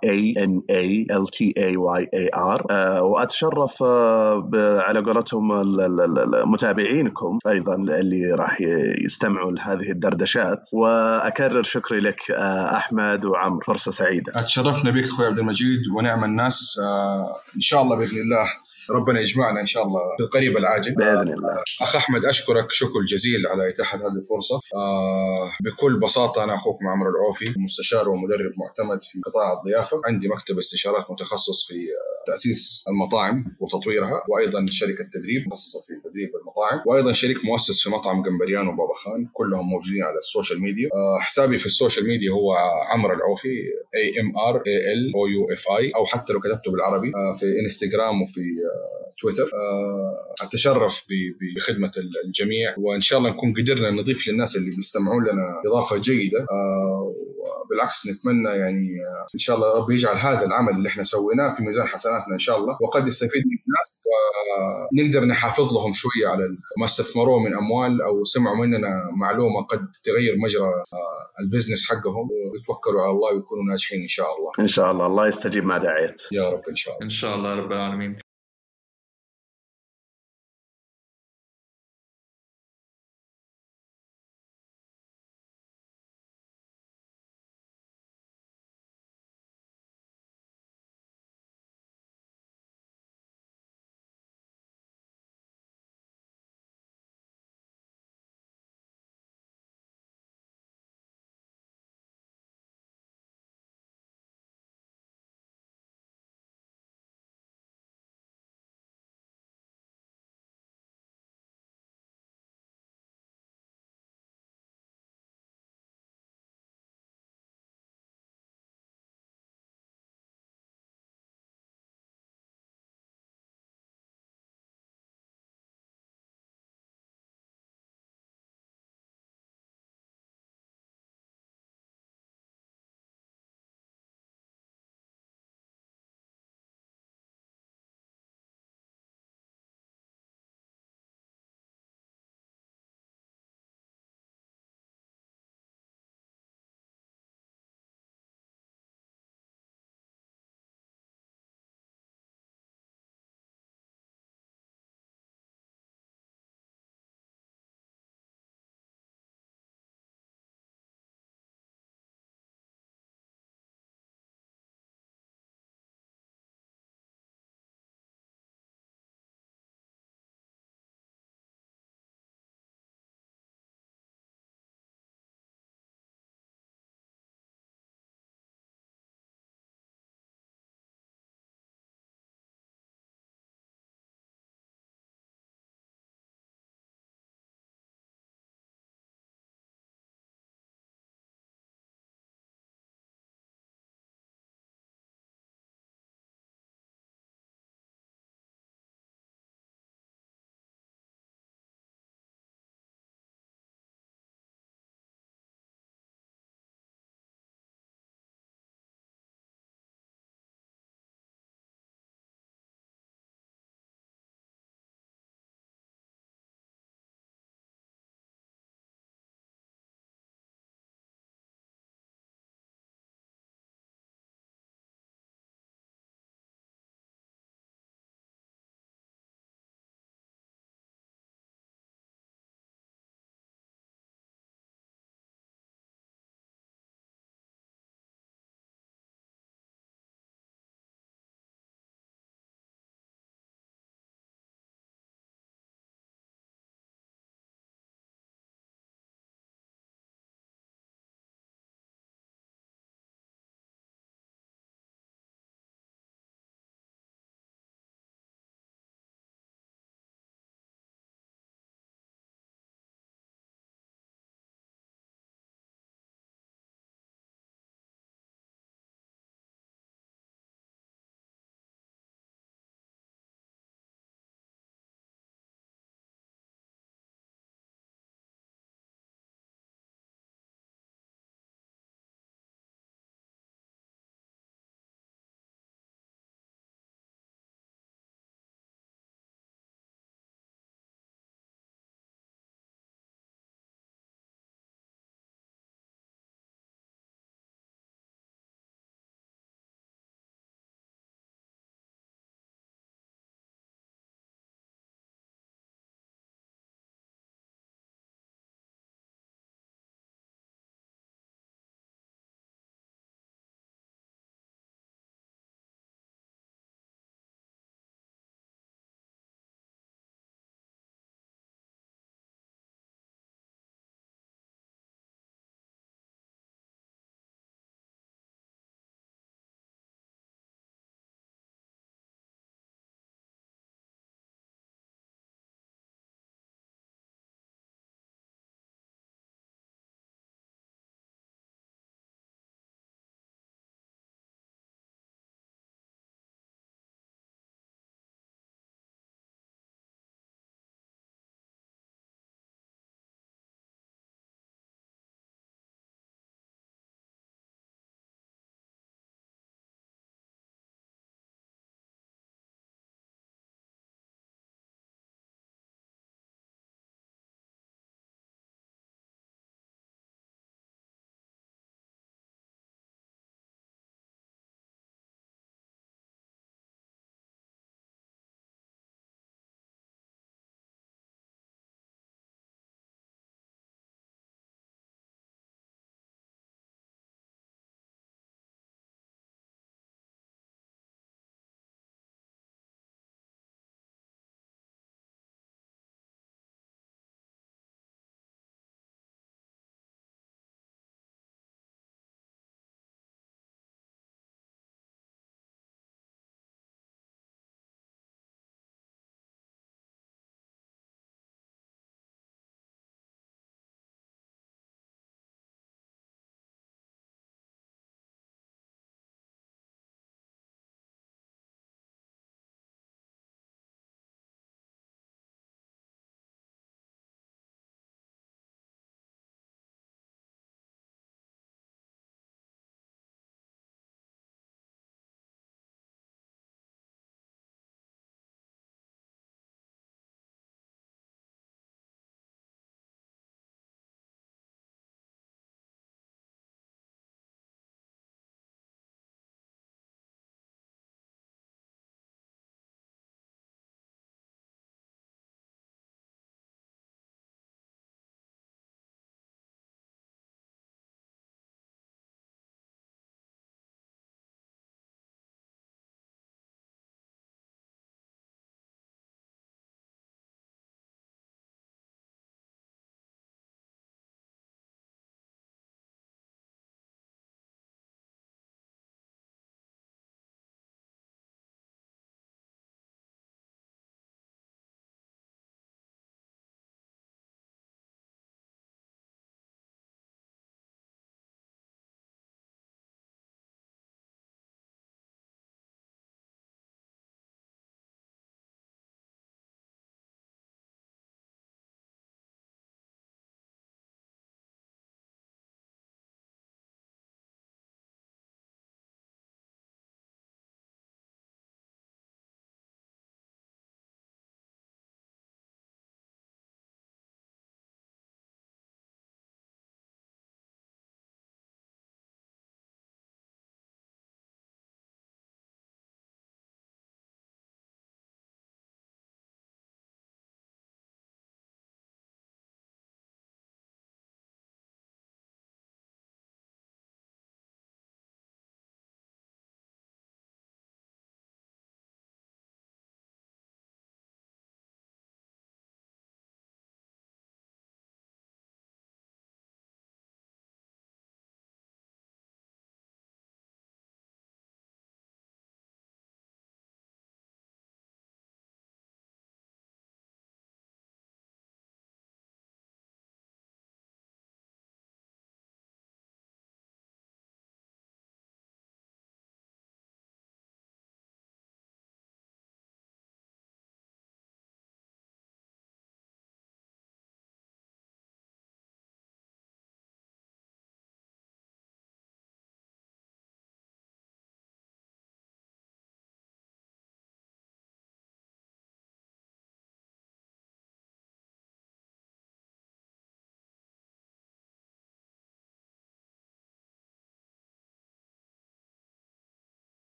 ANALTAYAR، وأتشرف على قولتهم متابعينكم أيضا اللي راح يستمعوا لهذه الدردشات. وأكرر شكري لك أحمد وعمرو، فرصة سعيدة. أتشرفنا بك أخوي عبد المجيد، ونعم الناس إن شاء الله بإذن الله. ربنا يجمعنا إن شاء الله في القريب العاجل بإذن الله. أخ أحمد، أشكرك شكر جزيل على إتاحة هذه الفرصة. بكل بساطة أنا أخوكم عمرو العوفي، مستشار ومدرب معتمد في قطاع الضيافة. عندي مكتب استشارات متخصص في تأسيس المطاعم وتطويرها، وأيضا شركة تدريب مخصصة في تدريب المطاعم، وأيضا شريك مؤسس في مطعم جمبريان وبابا خان، كلهم موجودين على السوشيال ميديا. حسابي في السوشيال ميديا هو عمرو العوفي AMRALOUFI، أو حتى لو كتبته بالعربي في إنستغرام وفي تويتر. أتشرف بخدمة الجميع، وإن شاء الله نكون قدرنا نضيف للناس اللي بيستمعون لنا إضافة جيدة. بالعكس نتمنى يعني إن شاء الله رب يجعل هذا العمل اللي إحنا سويناه في ميزان حسناتنا إن شاء الله، وقد يستفيد من الناس ونقدر نحافظ لهم شوية على ما استثمروه من أموال أو سمعوا مننا معلومة قد تغير مجرى البزنس حقهم، ويتوكلوا على الله ويكونوا ناجحين إن شاء الله. إن شاء الله. الله يستجيب ما دعيت. يا رب إن شاء الله. إن شاء الله رب العالمين.